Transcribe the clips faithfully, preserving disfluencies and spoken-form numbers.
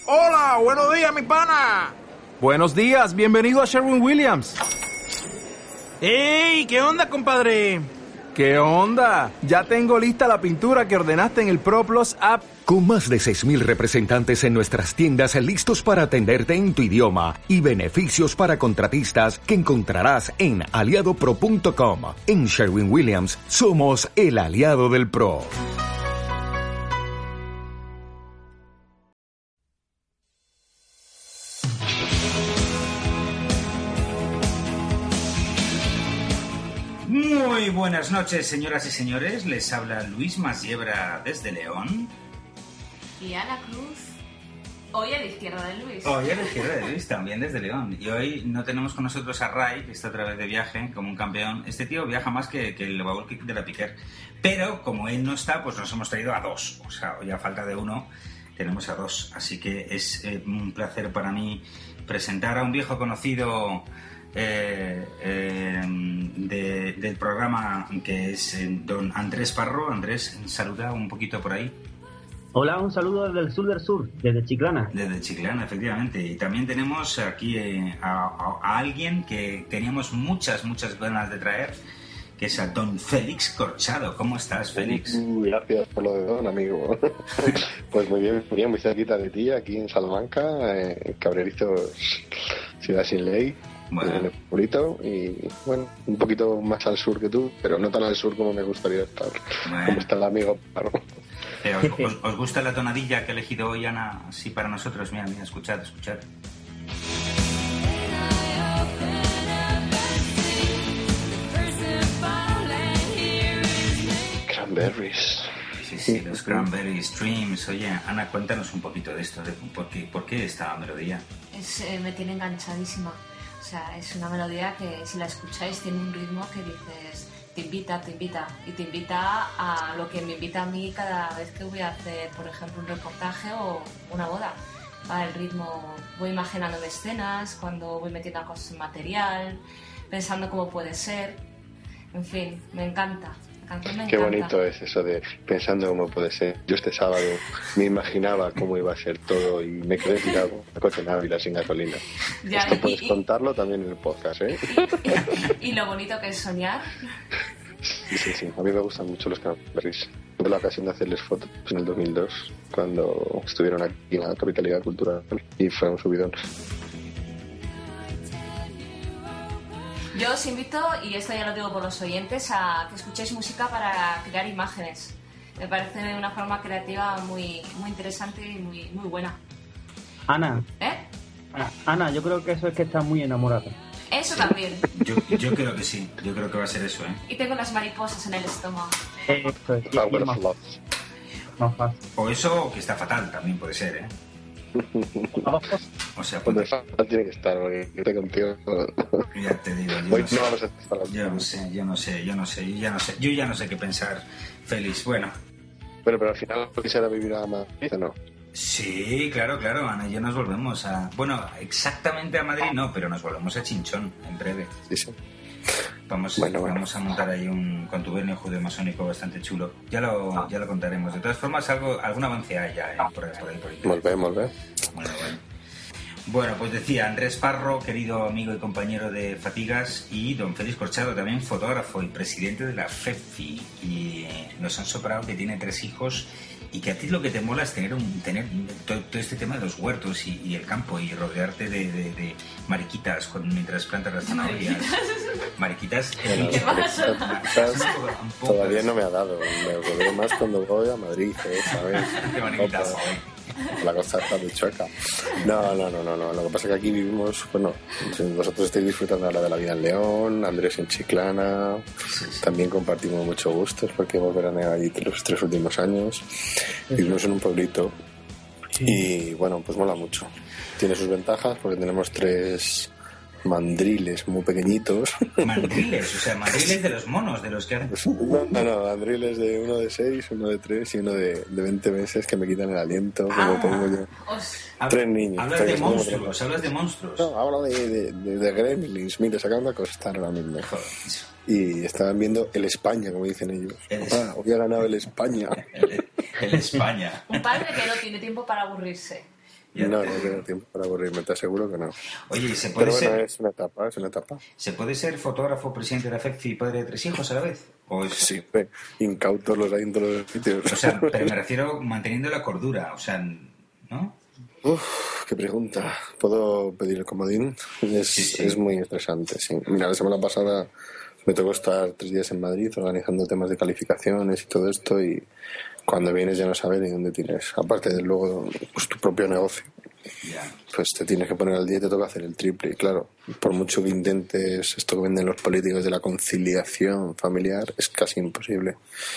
Hola, buenos días, mi pana. Buenos días, bienvenido a Sherwin-Williams. ¡Ey! ¿Qué onda, compadre? ¿Qué onda? Ya tengo lista la pintura que ordenaste en el ProPlus app. Con más de seis mil representantes en nuestras tiendas listos para atenderte en tu idioma y beneficios para contratistas que encontrarás en aliado pro punto com. En Sherwin-Williams somos el aliado del pro. Muy buenas noches, señoras y señores. Les habla Luis Masiebra desde León. Y Ana Cruz, hoy a la izquierda de Luis. Hoy a la izquierda de Luis, también desde León. Y hoy no tenemos con nosotros a Ray, que está otra vez de viaje, como un campeón. Este tío viaja más que, que el baúl de la Piquer. Pero como él no está, pues nos hemos traído a dos. O sea, hoy a falta de uno, tenemos a dos. Así que es eh, un placer para mí presentar a un viejo conocido... Eh, eh, de, del programa, que es eh, don Andrés Parro. Andrés, saluda un poquito por ahí. Hola, un saludo desde el sur del sur, desde Chiclana. Desde Chiclana, efectivamente. Y también tenemos aquí eh, a, a, a alguien que teníamos muchas, muchas ganas de traer, que es a don Félix Corchado. ¿Cómo estás, Félix? Uh, gracias por lo de don, amigo. Pues muy bien, muy bien, muy cerquita de ti, aquí en Salamanca, eh, Cabrerizo, ciudad sin ley. Bueno. En el pueblito, y bueno, un poquito más al sur que tú, pero no tan al sur como me gustaría estar. Bueno. Como está el amigo Parro. Pero os, os, ¿Os gusta la tonadilla que ha elegido hoy Ana? Sí, para nosotros. Mira, mira, escuchad, escuchad. Cranberries. Sí, sí, los Cranberries, Streams. Oye, Ana, cuéntanos un poquito de esto, de por qué, por qué esta melodía. Es, eh, me tiene enganchadísima. O sea, es una melodía que si la escucháis tiene un ritmo que dices, te invita, te invita, y te invita a lo que me invita a mí cada vez que voy a hacer, por ejemplo, un reportaje o una boda. Va el ritmo, voy imaginándome escenas, cuando voy metiendo cosas en material, pensando cómo puede ser, en fin, me encanta. Me Qué bonito es eso de pensando cómo puede ser. Yo este sábado me imaginaba cómo iba a ser todo y me quedé tirado a coche en Ávila sin gasolina. Ya, Esto y, puedes y, contarlo también en el podcast, ¿eh? Y, y lo bonito que es soñar. Sí, sí, sí. A mí me gustan mucho los Cranberries. Tuve la ocasión de hacerles fotos en el dos mil dos, cuando estuvieron aquí en la Capitalidad Cultural, y fue un subidón. Yo os invito, y esto ya lo digo por los oyentes, a que escuchéis música para crear imágenes. Me parece una forma creativa muy, muy interesante y muy, muy buena. Ana. ¿Eh? Ana, yo creo que eso es que estás muy enamorada. Eso también. Yo, yo creo que sí, yo creo que va a ser eso, ¿eh? Y tengo las mariposas en el estómago. Eso es. Más, más fácil. O eso, que está fatal, también puede ser, ¿eh? O sea, pues fatal tiene que estar, porque estoy contigo. Ya te digo, yo Hoy no, sé, no vamos a estar yo no sé, yo no sé, yo no sé, yo ya no sé, yo ya no sé qué pensar, Félix. Bueno. Bueno, pero al final quisiera vivir a Madrid, ¿o no? Sí, claro, claro, Ana y yo nos volvemos a... Bueno, exactamente a Madrid no, pero nos volvemos a Chinchón en breve. Sí, sí. Vamos, bueno, bueno. vamos a montar ahí un contubernio judeo-masónico bastante chulo. Ya lo, ya lo contaremos. De todas formas, algo, algún avance hay ya, ¿eh? por, por ahí, por ahí. Volve, volve. Bueno, bueno. Bueno, pues decía Andrés Parro, querido amigo y compañero de Fatigas, y don Félix Corchado, también fotógrafo y presidente de la FEFI. Y nos han soplado que tiene tres hijos y que a ti lo que te mola es tener un tener todo, todo este tema de los huertos y, y el campo y rodearte de, de, de mariquitas con, mientras plantas las zanahorias. Mariquitas. ¿Qué eh, pasa? Todavía no me ha dado. Me volveré más cuando voy a Madrid, ¿eh? ¿Sabes? Qué mariquitas. La cosa está muy chueca. No, no, no, no, no. Lo que pasa es que aquí vivimos, bueno, vosotros estáis disfrutando ahora de la vida en León, Andrés en Chiclana, sí, sí. También compartimos muchos gustos porque hemos veraneado allí los tres últimos años. Vivimos en un pueblito y bueno, pues mola mucho. Tiene sus ventajas porque tenemos tres mandriles muy pequeñitos. ¿Mandriles? O sea, mandriles de los monos, de los que hacen... No, no, no, mandriles de uno de seis, uno de tres y uno de, de veinte meses que me quitan el aliento. Ah, como pongo yo. Os... Tres niños. Hablas tres de monstruos, hablas de monstruos. No, hablo de, de, de, de gremlins. Mira, se acaban de acostar ahora mismo. Y estaban viendo el España, como dicen ellos. El... Ah, hoy ha ganado el España. El, el España. Un padre que no tiene tiempo para aburrirse. Ya No, te no digo. tengo tiempo para aburrirme, te aseguro que no. Oye, ¿y se puede Pero bueno, ser es una etapa, es una etapa. se puede ser fotógrafo, presidente de la FECFI y padre de tres hijos a la vez? O es- Sí, hombre, incautos los hay en todos los sitios. O sea, pero me refiero manteniendo la cordura, o sea, ¿no? Uf, qué pregunta. ¿Puedo pedir el comodín? Es, Sí, sí. es muy estresante, sí. Mira, la semana pasada me tocó estar tres días en Madrid organizando temas de calificaciones y todo esto, y cuando vienes ya no sabes ni dónde tienes. Aparte de luego pues, tu propio negocio, Ya. pues te tienes que poner al día y te toca hacer el triple. Y claro, por mucho que intentes esto que venden los políticos de la conciliación familiar, es casi imposible.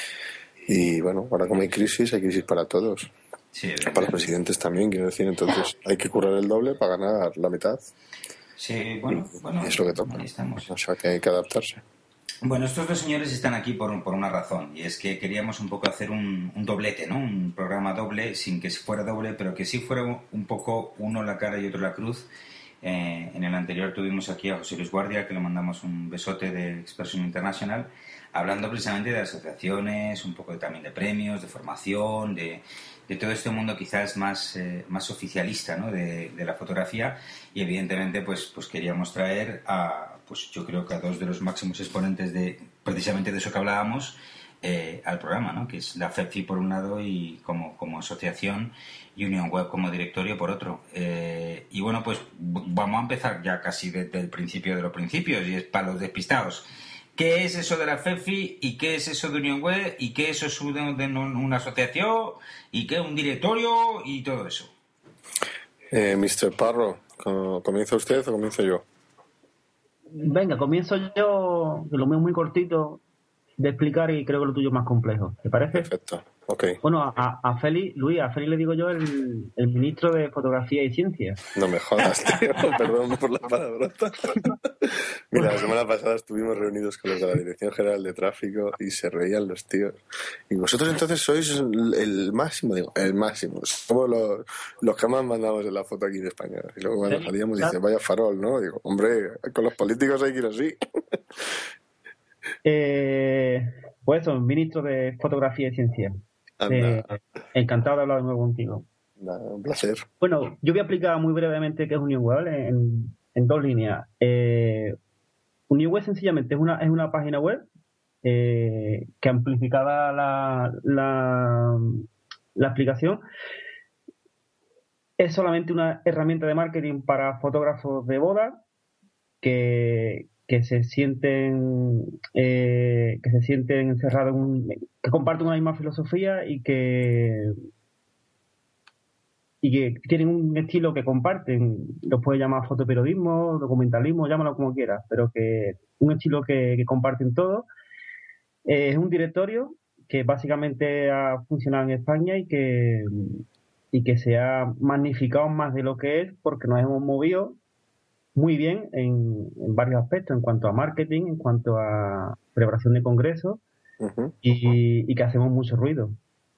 Y bueno, ahora como hay crisis, hay crisis para todos. Sí, Para los presidentes también, quiero decir. Entonces hay que currar el doble para ganar la mitad. sí, bueno, bueno, Y es lo que toca. ahí estamos. O sea que hay que adaptarse. Bueno, estos dos señores están aquí por, por una razón, y es que queríamos un poco hacer un, un doblete, ¿no? Un programa doble, sin que fuera doble, pero que sí fuera un poco uno la cara y otro la cruz. Eh, en el anterior tuvimos aquí a José Luis Guardia, que le mandamos un besote de Expression International, hablando precisamente de asociaciones, un poco de, también de premios, de formación, de, de todo este mundo quizás más, eh, más oficialista, ¿no? de, de la fotografía, y evidentemente pues, pues queríamos traer a, pues yo creo que a dos de los máximos exponentes de precisamente de eso que hablábamos, eh, al programa, ¿no? Que es la FECFI por un lado y como, como asociación, y Union Web como directorio por otro. Eh, y bueno, pues vamos a empezar ya casi desde el principio de los principios, y es para los despistados. ¿Qué es eso de la FECFI y qué es eso de Union Web y qué es eso de, de una asociación y qué es un directorio y todo eso? Eh, mister Parro, ¿comienza usted o comienzo yo? Venga, comienzo yo, que lo mío es muy cortito de explicar y creo que lo tuyo es más complejo. ¿Te parece? Perfecto, ok. Bueno, a, a Félix, Luis, a Félix le digo yo el, el ministro de Fotografía y Ciencia. No me jodas, tío. Perdón por la palabrota. Mira, la semana pasada estuvimos reunidos con los de la Dirección General de Tráfico y se reían los tíos. Y vosotros entonces sois el, el máximo, digo, el máximo. Somos los, los que más mandamos en la foto aquí de España. Y luego cuando salíamos dicen, vaya farol, ¿no? Digo, hombre, con los políticos hay que ir así. Eh, pues eso, ministro de Fotografía y Ciencia. Eh, encantado de hablar de nuevo contigo. Nada, un placer. Bueno, yo voy a explicar muy brevemente qué es Union Web en, en dos líneas. Eh, Union Web sencillamente es una, es una página web eh, que amplificada la, la, la explicación es solamente una herramienta de marketing para fotógrafos de boda que, que se sienten eh, que se sienten encerrados en un, que comparten una misma filosofía y que y que tienen un estilo que comparten. Lo puedes llamar fotoperiodismo, documentalismo, llámalo como quieras, pero que un estilo que, que comparten todos. Eh, es un directorio que básicamente ha funcionado en España y que y que se ha magnificado más de lo que es, porque nos hemos movido muy bien en, en varios aspectos, en cuanto a marketing, en cuanto a celebración de congresos, uh-huh. y, y que hacemos mucho ruido.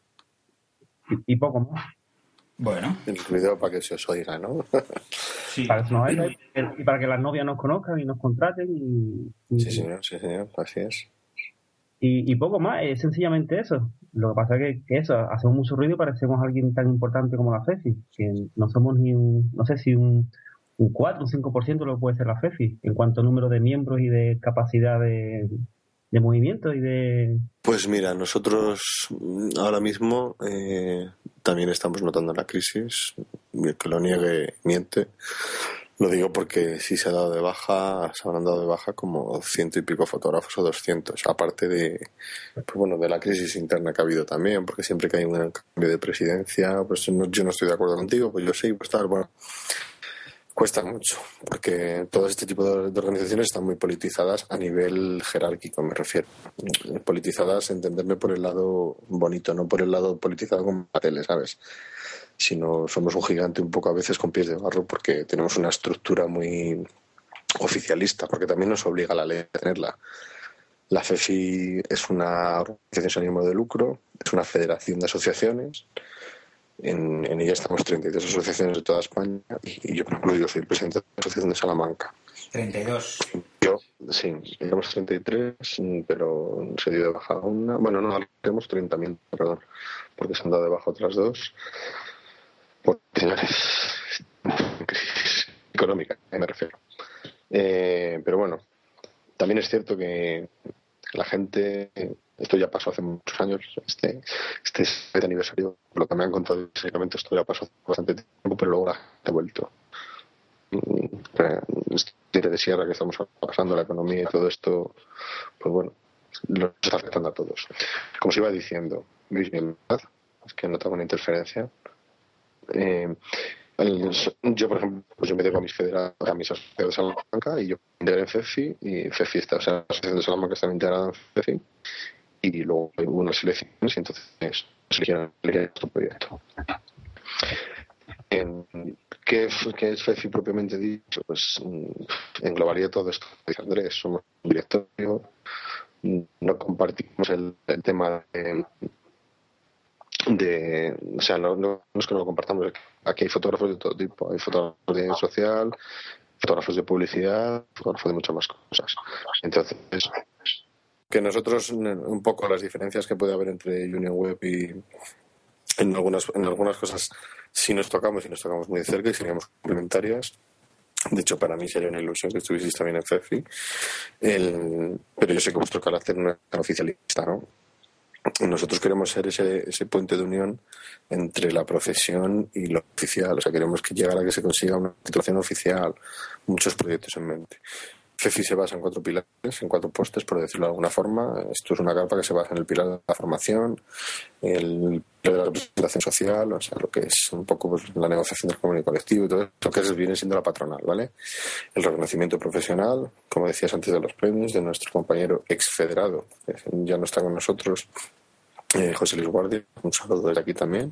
Y, y poco más. Bueno. El ruido para que se os oiga, ¿no? Sí. Para que se nos oiga y para que las novias nos conozcan y nos contraten. Y, y, sí, señor, sí, señor, así es. Y, y poco más, es sencillamente eso. Lo que pasa es que, que eso, hacemos mucho ruido y parecemos alguien tan importante como la FECFI, que no somos ni un, no sé si un, un cuatro, un cinco por ciento lo que puede ser la FECFI, en cuanto a número de miembros y de capacidad de, de movimiento y de... Pues mira, nosotros ahora mismo eh, también estamos notando la crisis, el que lo niegue miente. Lo digo porque sí se ha dado de baja, se habrán dado de baja como ciento y pico fotógrafos o doscientos, aparte de, pues bueno, de la crisis interna que ha habido también, porque siempre que hay un cambio de presidencia, pues no, yo no estoy de acuerdo contigo, pues yo sí, pues tal, bueno, cuesta mucho, porque todo este tipo de, de organizaciones están muy politizadas a nivel jerárquico, me refiero. Politizadas, entenderme por el lado bonito, no por el lado politizado como la tele, ¿sabes? Sino somos un gigante un poco a veces con pies de barro porque tenemos una estructura muy oficialista, porque también nos obliga la ley a tenerla. La FECFI es una organización sin ánimo de lucro, es una federación de asociaciones. En, en ella estamos treinta y dos asociaciones de toda España y, y yo, por ejemplo, yo soy el presidente de la Asociación de Salamanca. treinta y dos. Yo, sí, éramos treinta y tres, pero se dio de baja una. Bueno, no, tenemos treinta mil, perdón, porque se han dado de baja otras dos. Pues, señores, también es cierto que la gente, esto ya pasó hace muchos años, este este, este aniversario, lo que me han contado exactamente, esto ya pasó hace bastante tiempo, pero luego la gente ha vuelto. Este de sierra que estamos pasando, la economía y todo esto, pues bueno, lo está afectando a todos. Como se iba diciendo, Luis, bien, ¿verdad? Es que no tengo una interferencia. Eh, el, yo, por ejemplo, pues yo me debo a mis federados, a mis asociados de Salamanca, y yo me integré en FEFI, y FEFI está, o sea, la asociación de Salamanca está integrada en FEFI, y luego hubo unas elecciones y entonces se eligieron este proyecto. En, ¿qué, ¿Qué es FEFI propiamente dicho? Pues englobaría todo esto que dice Andrés. Somos un directorio, no compartimos el, el tema de, de o sea, no, no, no es que no lo compartamos, aquí hay fotógrafos de todo tipo, hay fotógrafos de social, fotógrafos de publicidad, fotógrafos de muchas más cosas. Entonces, que nosotros, un poco las diferencias que puede haber entre Union Web y en algunas, en algunas cosas sí nos tocamos y nos tocamos muy de cerca y seríamos complementarias. De hecho, para mí sería una ilusión que estuvieseis también en FEFI. El, pero yo sé que vuestro carácter no es tan oficialista, ¿no? Nosotros queremos ser ese, ese puente de unión entre la profesión y lo oficial. O sea, queremos que llegara a que se consiga una titulación oficial, muchos proyectos en mente. FEFI se basa en cuatro pilares, en cuatro postes, por decirlo de alguna forma. Esto es una carpa que se basa en el pilar de la formación, el pilar de la representación social, o sea, lo que es un poco pues, la negociación del convenio colectivo y todo eso, lo que es, viene siendo la patronal, ¿vale? El reconocimiento profesional, como decías antes de los premios, de nuestro compañero exfederado, que ya no está con nosotros, eh, José Luis Guardia, un saludo desde aquí también.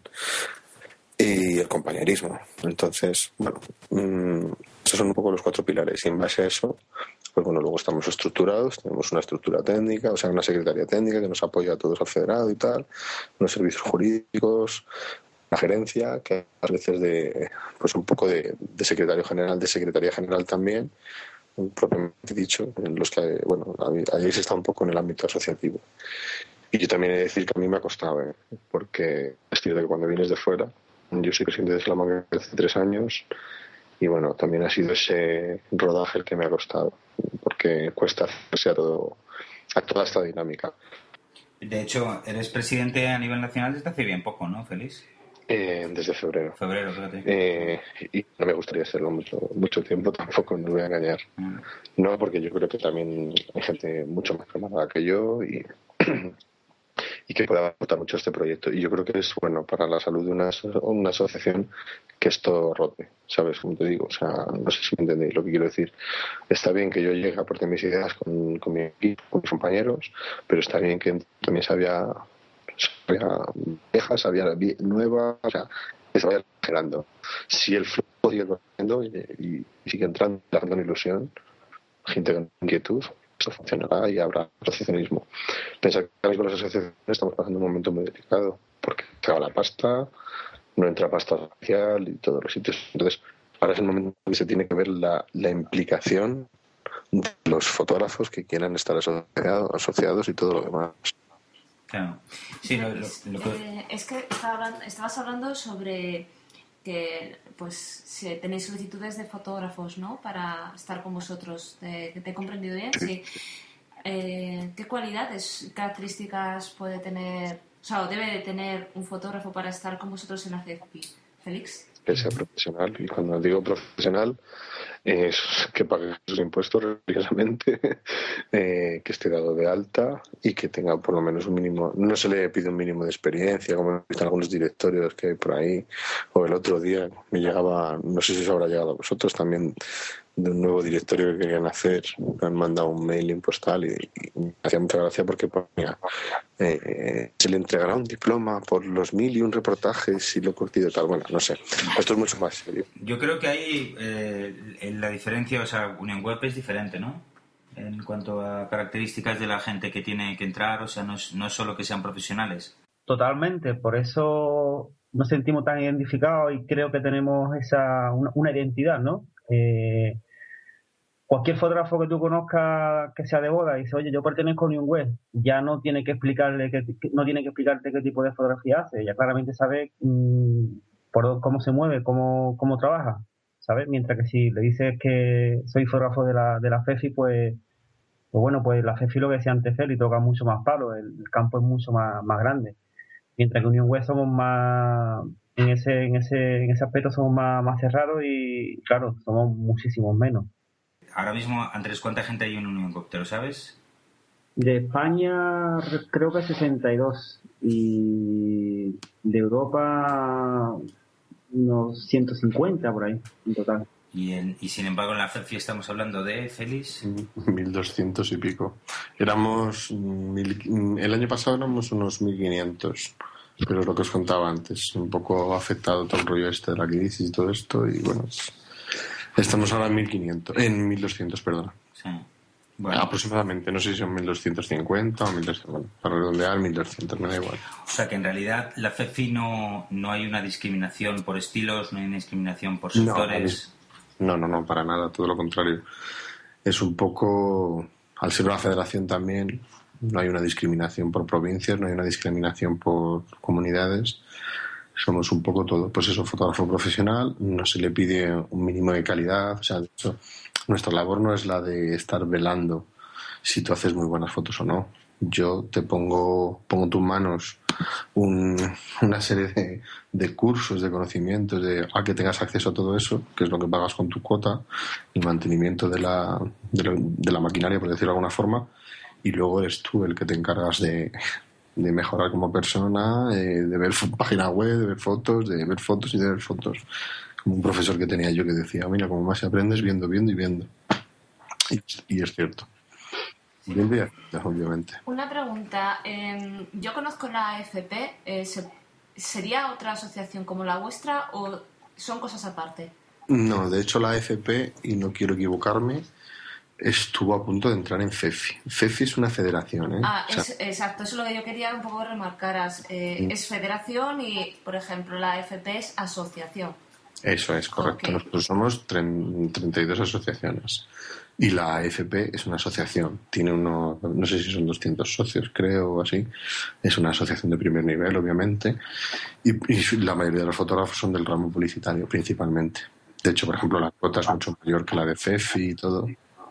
Y el compañerismo. Entonces, bueno, mmm, esos son un poco los cuatro pilares. Y en base a eso, pues bueno, luego estamos estructurados, tenemos una estructura técnica, o sea, una secretaría técnica que nos apoya a todos al federado y tal, unos servicios jurídicos, la gerencia, que a veces de, pues un poco de, de secretario general, de secretaría general también, propiamente dicho, en los que, bueno, ahí se está un poco en el ámbito asociativo. Y yo también he de decir que a mí me ha costado, ¿eh? Porque es cierto que cuando vienes de fuera, yo soy presidente de Salamanca hace tres años y bueno, también ha sido ese rodaje el que me ha costado, porque cuesta hacerse a, todo, a toda esta dinámica. De hecho, eres presidente a nivel nacional desde hace bien poco, ¿no, Félix? Eh, desde febrero. Febrero, fíjate. Eh, y no me gustaría hacerlo mucho, mucho tiempo tampoco, no voy a engañar. Mm. No, porque yo creo que también hay gente mucho más preparada que yo y... y que pueda aportar mucho a este proyecto. Y yo creo que es bueno para la salud de una, una asociación que esto rote, ¿sabes? Como te digo, o sea, no sé si me entendéis lo que quiero decir. Está bien que yo llegue a aportar mis ideas con, con mi equipo, con mis compañeros, pero está bien que también se había, se había viejas, había nuevas, o sea, que se vaya generando. Si el flujo sigue corriendo y, y, y sigue entrando, dando ilusión, gente con inquietud, esto funcionará y habrá asociacionismo. Pensar que ahora mismo las asociaciones estamos pasando un momento muy delicado porque se va la pasta, no entra pasta social y todos los sitios. Entonces, ahora es el momento en que se tiene que ver la, la implicación de los fotógrafos que quieran estar asociados, asociados y todo lo demás. Claro. Sí, lo, lo, lo que... eh, es que estaba hablando, estabas hablando sobre que pues si tenéis solicitudes de fotógrafos, ¿no? Para estar con vosotros. ¿Te, te he comprendido bien? Sí. Eh, ¿Qué cualidades, características puede tener, o sea, o debe de tener un fotógrafo para estar con vosotros en la FEFI? Félix. Que sea profesional, y cuando digo profesional es que pague sus impuestos religiosamente, eh, que esté dado de alta y que tenga por lo menos un mínimo, no se le pide un mínimo de experiencia como he visto en algunos directorios que hay por ahí, o el otro día me llegaba, no sé si os habrá llegado a vosotros también, de un nuevo directorio que querían hacer, me han mandado un mailing postal y, y me hacía mucha gracia porque ponía eh, se le entregará un diploma por los mil y un reportajes y lo curtido y tal. Bueno, no sé, esto es mucho más serio. Yo creo que ahí eh, la diferencia, o sea, Union Web es diferente, ¿no? En cuanto a características de la gente que tiene que entrar, o sea, no es, no es solo que sean profesionales. Totalmente, por eso nos sentimos tan identificados y creo que tenemos esa una, una identidad, ¿no? Eh, cualquier fotógrafo que tú conozcas que sea de boda y dice, oye, yo pertenezco a Union Web, ya no tiene que explicarle que, no tiene que explicarte qué tipo de fotografía hace, ya claramente sabe mmm, por cómo se mueve, cómo, cómo trabaja, ¿sabes? Mientras que si le dices que soy fotógrafo de la, de la FEFI, pues, Pues bueno, pues la FEFI, lo que decía antes Feli, toca mucho más palo, el, el campo es mucho más, más grande. Mientras que Unión Web somos más, en ese, en ese, en ese aspecto somos más, más cerrados y claro, somos muchísimos menos. Ahora mismo, Andrés, ¿cuánta gente hay en Unión Web? ¿Te lo sabes? De España creo que sesenta y dos y de Europa unos ciento cincuenta por ahí en total. Y, en, y sin embargo en la FEFI estamos hablando de, Félix, mil doscientos y pico. Éramos mil, el año pasado éramos unos mil quinientos, pero lo que os contaba antes, un poco afectado todo el rollo este de la crisis y todo esto, y bueno, estamos ahora en mil quinientos, en mil doscientos, perdona. Sí. Bueno. Aproximadamente, no sé si son mil doscientos cincuenta o mil doscientos, bueno, para redondear mil doscientos, me da igual. O sea que en realidad la FEFI no, no hay una discriminación por estilos, no hay una discriminación por sectores. No, no, no, para nada, todo lo contrario. Es un poco, al ser una federación también, no hay una discriminación por provincias, no hay una discriminación por comunidades. Somos un poco todo, pues eso, fotógrafo profesional, no se le pide un mínimo de calidad, o sea, de hecho, nuestra labor no es la de estar velando si tú haces muy buenas fotos o no. Yo te pongo, pongo en tus manos un, una serie de, de cursos, de conocimientos, de, a que tengas acceso a todo eso, que es lo que pagas con tu cuota, el mantenimiento de la, de la, de la maquinaria, por decirlo de alguna forma, y luego eres tú el que te encargas de, de mejorar como persona, eh, de ver página web, de ver fotos, de ver fotos y de ver fotos. Como un profesor que tenía yo que decía, mira, como más aprendes viendo, viendo y viendo. Y, y es cierto. Viendo y haciendo, obviamente. Una pregunta. Eh, yo conozco la A F P. Eh, se, ¿Sería otra asociación como la vuestra o son cosas aparte? No, de hecho la A F P, y no quiero equivocarme, estuvo a punto de entrar en FEFI. FEFI es una federación, ¿eh? Ah, o sea, es, exacto. Eso es lo que yo quería un poco remarcaras. Eh, sí. Es federación y, por ejemplo, la A F P es asociación. Eso es, correcto. Okay. Nosotros somos treinta y dos asociaciones. Y la A F P es una asociación. Tiene uno, no sé si son doscientos socios, creo, o así. Es una asociación de primer nivel, obviamente. Y, y la mayoría de los fotógrafos son del ramo publicitario, principalmente. De hecho, por ejemplo, la cuota es mucho mayor que la de FEFI y todo.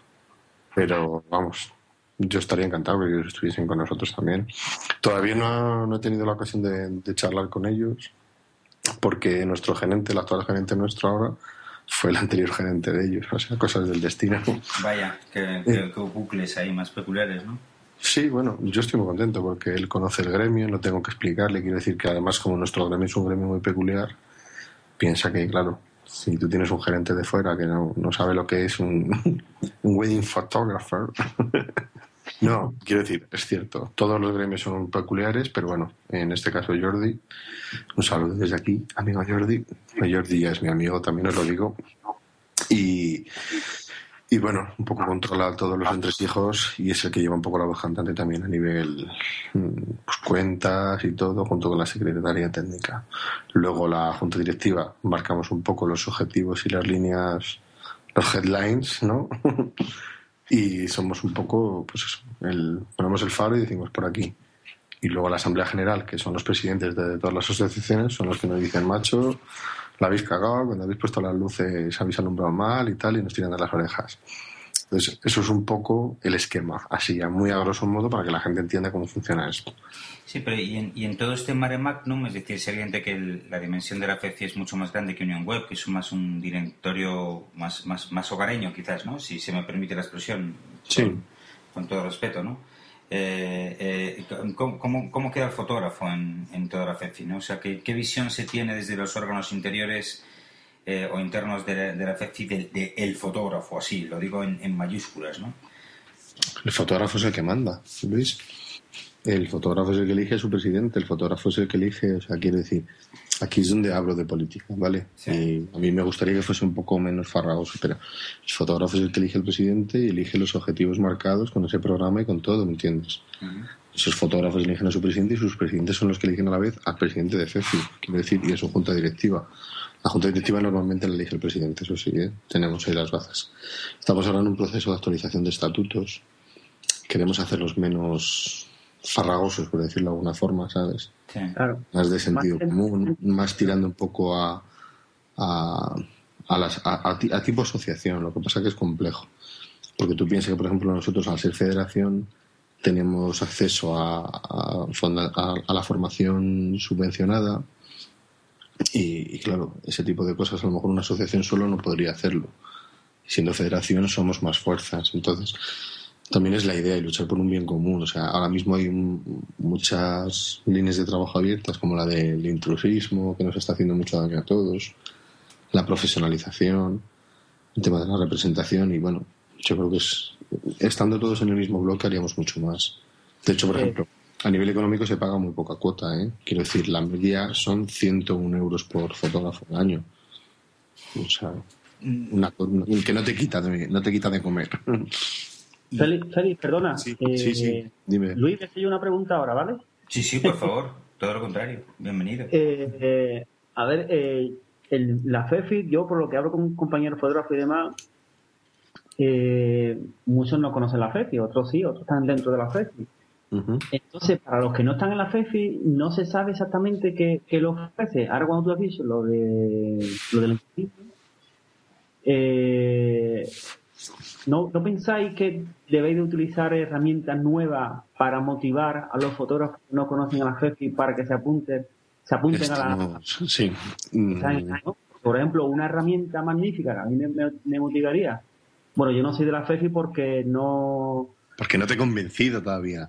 Pero, vamos, yo estaría encantado que ellos estuviesen con nosotros también. Todavía no, no he tenido la ocasión de, de charlar con ellos, porque nuestro gerente, el actual gerente nuestro ahora, fue el anterior gerente de ellos. O sea, cosas del destino. Vaya, que, que, que bucles ahí más peculiares, ¿no? Sí, bueno, yo estoy muy contento porque él conoce el gremio, no tengo que explicarle. Quiero decir que además, como nuestro gremio es un gremio muy peculiar, piensa que, claro, si tú tienes un gerente de fuera que no, no sabe lo que es un, un wedding photographer. No, quiero decir, es cierto, todos los gremios son peculiares, pero bueno, en este caso Jordi, un saludo desde aquí, amigo Jordi. Jordi ya es mi amigo, también os lo digo. Y, y bueno, un poco controla todos los entresijos y es el que lleva un poco la voz cantante también a nivel pues, cuentas y todo, junto con la secretaría técnica. Luego la junta directiva, marcamos un poco los objetivos y las líneas, los headlines, ¿no? Y somos un poco, pues eso, el, ponemos el faro y decimos por aquí. Y luego la Asamblea General, que son los presidentes de todas las asociaciones, son los que nos dicen, macho, la habéis cagado, cuando habéis puesto las luces habéis alumbrado mal y tal, y nos tiran de las orejas. Entonces, eso es un poco el esquema, así, a muy a grosso modo, para que la gente entienda cómo funciona esto. Sí, pero y en, y en todo este mare magnum, es decir, es evidente que el, la dimensión de la FEFI es mucho más grande que Unión Web, que es más un directorio más, más, más hogareño, quizás, ¿no? Si se me permite la expresión. Sí. Con, con todo respeto, ¿no? Eh, eh, ¿cómo, cómo, ¿Cómo queda el fotógrafo en, en toda la FEFI, ¿no? O sea, ¿qué, qué visión se tiene desde los órganos interiores eh, o internos de la, de la FEFI del de el fotógrafo, así, lo digo en, en mayúsculas, ¿no? El fotógrafo es el que manda, Luis. El fotógrafo es el que elige a su presidente, el fotógrafo es el que elige, o sea, quiero decir, aquí es donde hablo de política, ¿vale? Sí. Y a mí me gustaría que fuese un poco menos farragoso, pero el fotógrafo es el que elige al presidente y elige los objetivos marcados con ese programa y con todo, ¿me entiendes? Uh-huh. Esos fotógrafos eligen a su presidente y sus presidentes son los que eligen a la vez al presidente de FEFI, quiero decir, y a su junta directiva. La junta directiva normalmente la elige el presidente, eso sí, ¿eh? Tenemos ahí las bazas. Estamos ahora en un proceso de actualización de estatutos. Queremos hacerlos menos farragosos, por decirlo de alguna forma, ¿sabes? Sí. Claro. Más de sentido más común, más tirando un poco a a, a, las, a, a, a tipo asociación. Lo que pasa que es complejo. Porque tú piensas que, por ejemplo, nosotros al ser federación tenemos acceso a, a, fonda, a, a la formación subvencionada y, y, claro, ese tipo de cosas a lo mejor una asociación solo no podría hacerlo. Siendo federación somos más fuerzas. Entonces, también es la idea de luchar por un bien común. O sea, ahora mismo hay un, muchas líneas de trabajo abiertas, como la del intrusismo, que nos está haciendo mucho daño a todos, la profesionalización, el tema de la representación y, bueno, yo creo que es, estando todos en el mismo bloque haríamos mucho más. De hecho, por ejemplo, a nivel económico se paga muy poca cuota, ¿eh? Quiero decir, la media son ciento uno euros por fotógrafo al año. O sea, una, que no te quita de, no te quita de comer. Félix, Félix, perdona. Sí, eh, sí, sí, dime. Luis, me hace una pregunta ahora, ¿vale? Sí, sí, por favor. Todo lo contrario. Bienvenido. Eh, eh, a ver, eh, el, la FEFI, yo por lo que hablo con compañeros fotógrafos y demás, eh, muchos no conocen la FEFI, otros sí, otros están dentro de la FEFI. Uh-huh. Entonces, para los que no están en la FEFI, no se sabe exactamente qué, qué lo ofrece. Ahora cuando tú has dicho lo de lo del eh, ¿no, ¿no pensáis que debéis de utilizar herramientas nuevas para motivar a los fotógrafos que no conocen a la FEFI para que se apunten, se apunten Estamos, a la... Sí. ¿no? Por ejemplo, una herramienta magnífica que a mí me, me, me motivaría. Bueno, yo no soy de la FEFI porque no... Porque no te he convencido todavía.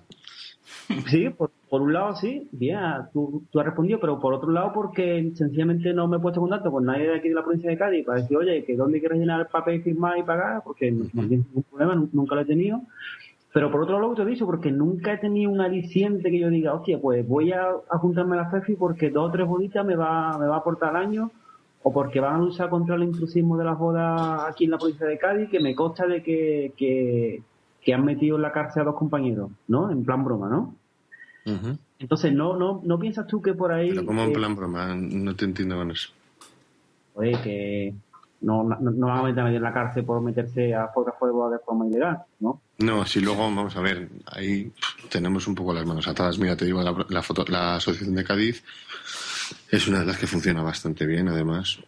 Sí, por, por un lado sí, bien, tú, tú has respondido, pero por otro lado porque sencillamente no me he puesto en contacto con nadie de aquí de la provincia de Cádiz para decir, oye, que dónde quieres llenar el papel, firmar y pagar, porque no, no tiene ningún problema, nunca lo he tenido. Pero por otro lado te he dicho, porque nunca he tenido un aliciente que yo diga, hostia, pues voy a, a juntarme a la FEFI porque dos o tres bolitas me va, me va a aportar al año, o porque van a luchar contra el intrusismo de las bodas aquí en la provincia de Cádiz, que me consta de que, que, que han metido en la cárcel a dos compañeros, ¿no? En plan broma, ¿no? Uh-huh. Entonces, ¿no no no piensas tú que por ahí... Pero ¿cómo en eh, plan broma? No te entiendo con eso. Oye, que no, no, no van a meter en la cárcel por meterse a fotógrafo de boda de forma ilegal, ¿no? No, si luego, vamos a ver, ahí tenemos un poco las manos atadas. Mira, te digo, la, la, foto, la Asociación de Cádiz es una de las que funciona bastante bien, además.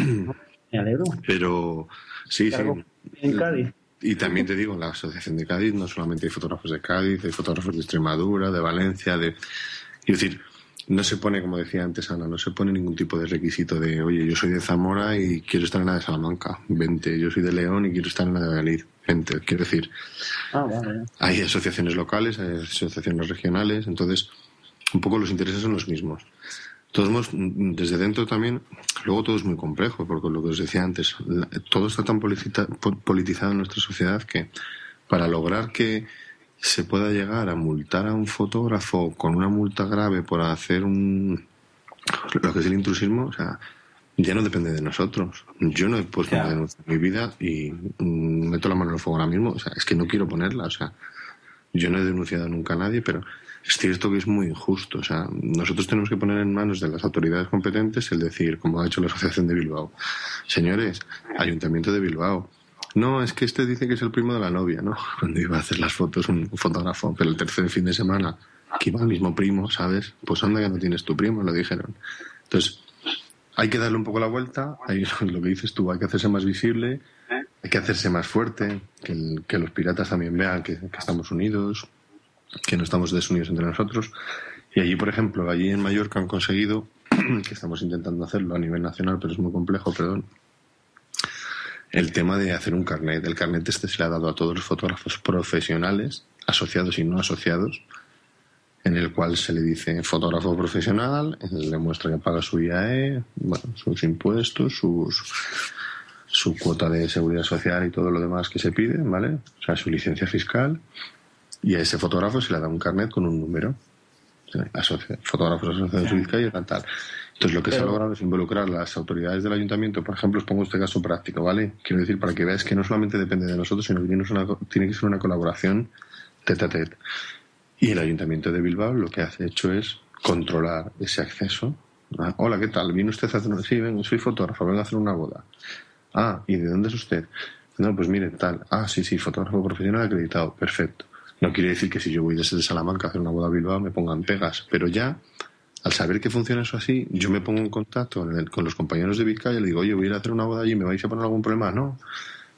Me alegro. Pero, sí, sí. En Cádiz. Y también te digo, la Asociación de Cádiz no solamente hay fotógrafos de Cádiz, hay fotógrafos de Extremadura, de Valencia, de... Quiero decir, no se pone, como decía antes Ana, no se pone ningún tipo de requisito de, oye, yo soy de Zamora y quiero estar en la de Salamanca, vente. Yo soy de León y quiero estar en la de Valladolid, vente. Quiero decir, ah, vale. Hay asociaciones locales, hay asociaciones regionales, entonces un poco los intereses son los mismos. Todos modos, desde dentro también, luego todo es muy complejo, porque lo que os decía antes, todo está tan politizado en nuestra sociedad que para lograr que se pueda llegar a multar a un fotógrafo con una multa grave por hacer un lo que es el intrusismo, o sea, ya no depende de nosotros. Yo no he puesto una denuncia en mi vida y mm, meto la mano en el fuego ahora mismo, o sea, es que no quiero ponerla, o sea, yo no he denunciado nunca a nadie, pero es cierto que es muy injusto. O sea, nosotros tenemos que poner en manos de las autoridades competentes el decir, como ha hecho la Asociación de Bilbao, señores, Ayuntamiento de Bilbao, no, es que este dice que es el primo de la novia, ¿no? Cuando iba a hacer las fotos un fotógrafo, pero el tercer fin de semana, que iba el mismo primo, ¿sabes? Pues anda que no tienes tu primo, lo dijeron. Entonces, hay que darle un poco la vuelta, hay, lo que dices tú, hay que hacerse más visible, hay que hacerse más fuerte, que, el, que los piratas también vean que, que estamos unidos, que no estamos desunidos entre nosotros. Y allí, por ejemplo, allí en Mallorca han conseguido, que estamos intentando hacerlo a nivel nacional, pero es muy complejo, perdón, el tema de hacer un carnet. El carnet este se le ha dado a todos los fotógrafos profesionales, asociados y no asociados, en el cual se le dice fotógrafo profesional, le muestra que paga su I A E, bueno, sus impuestos, sus, su cuota de seguridad social y todo lo demás que se pide, ¿vale? O sea, su licencia fiscal. Y a ese fotógrafo se le da un carnet con un número. Asocia, fotógrafos asociados de Vizcaya y tal, tal. Entonces, lo que Pero... se ha logrado es involucrar a las autoridades del ayuntamiento. Por ejemplo, os pongo este caso práctico, ¿vale? Quiero decir, para que veáis que no solamente depende de nosotros, sino que tiene, una, tiene que ser una colaboración tete a tete. Y el ayuntamiento de Bilbao lo que ha hecho es controlar ese acceso. Ah, hola, ¿qué tal? ¿Viene usted a hacer una... Sí, vengo, soy fotógrafo, vengo a hacer una boda. Ah, ¿y de dónde es usted? No, pues mire, tal. Ah, sí, sí, fotógrafo profesional acreditado. Perfecto. No quiere decir que si yo voy desde Salamanca a hacer una boda a Bilbao me pongan pegas, pero ya, al saber que funciona eso así, yo me pongo en contacto con, el, con los compañeros de Vizcaya y le digo, oye, voy a ir a hacer una boda allí, ¿me vais a poner algún problema? No.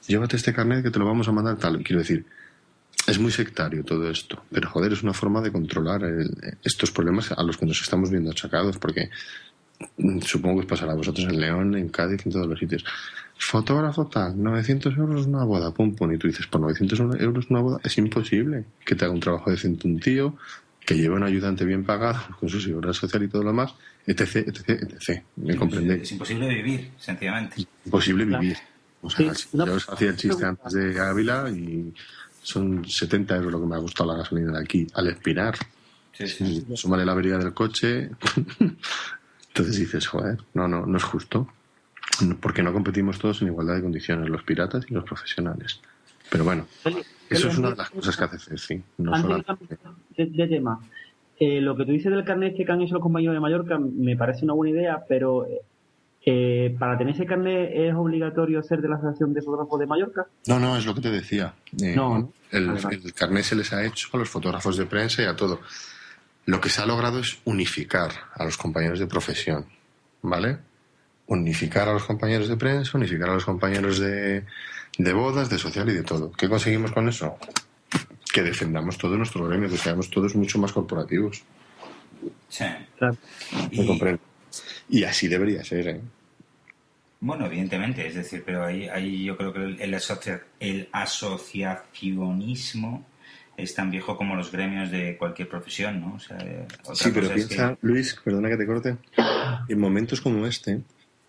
llévate este carnet que te lo vamos a mandar tal. Quiero decir, es muy sectario todo esto, pero joder, es una forma de controlar el, estos problemas a los que nos estamos viendo achacados, porque supongo que os pasará a vosotros en León, en Cádiz, en todos los sitios. Fotógrafo tal, novecientos euros una boda, pum, pum, y tú dices, por novecientos euros una boda es imposible que te haga un trabajo decente un tío, que lleve un ayudante bien pagado, con su seguridad social y todo lo demás, etc, etc, etcétera. ¿Me comprendéis? Es imposible vivir, sencillamente. Es imposible vivir. O sea, Sí, yo no, os hacía el chiste antes de Ávila y son setenta euros lo que me ha costado la gasolina de aquí al expirar. Sí, sí. Sí, súmale la avería del coche. Entonces dices, joder, no, no, no es justo. Porque no competimos todos en igualdad de condiciones, los piratas y los profesionales. Pero bueno, eso es una de las cosas que hace Ceci. No Antes solamente... de, de tema, eh, lo que tú dices del carnet este que han hecho los compañeros de Mallorca me parece una buena idea, pero eh, para tener ese carnet es obligatorio ser de la Asociación de Fotógrafos de Mallorca. No, no, es lo que te decía. Eh, No. el, Vale, vale. el carnet se les ha hecho a los fotógrafos de prensa y a todo. Lo que se ha logrado es unificar a los compañeros de profesión, ¿vale? Unificar a los compañeros de prensa, unificar a los compañeros de, de bodas, de social y de todo. ¿Qué conseguimos con eso? Que defendamos todo nuestro gremio, que seamos todos mucho más corporativos. Sí. Claro. ¿Me Y, comprendo? Y así debería ser, ¿eh? bueno, evidentemente, es decir, pero ahí, ahí yo creo que el, el, asocia, el asociacionismo es tan viejo como los gremios de cualquier profesión, ¿no? O sea, otra Sí, pero cosa es piensa, que... Luis, perdona que te corte, en momentos como este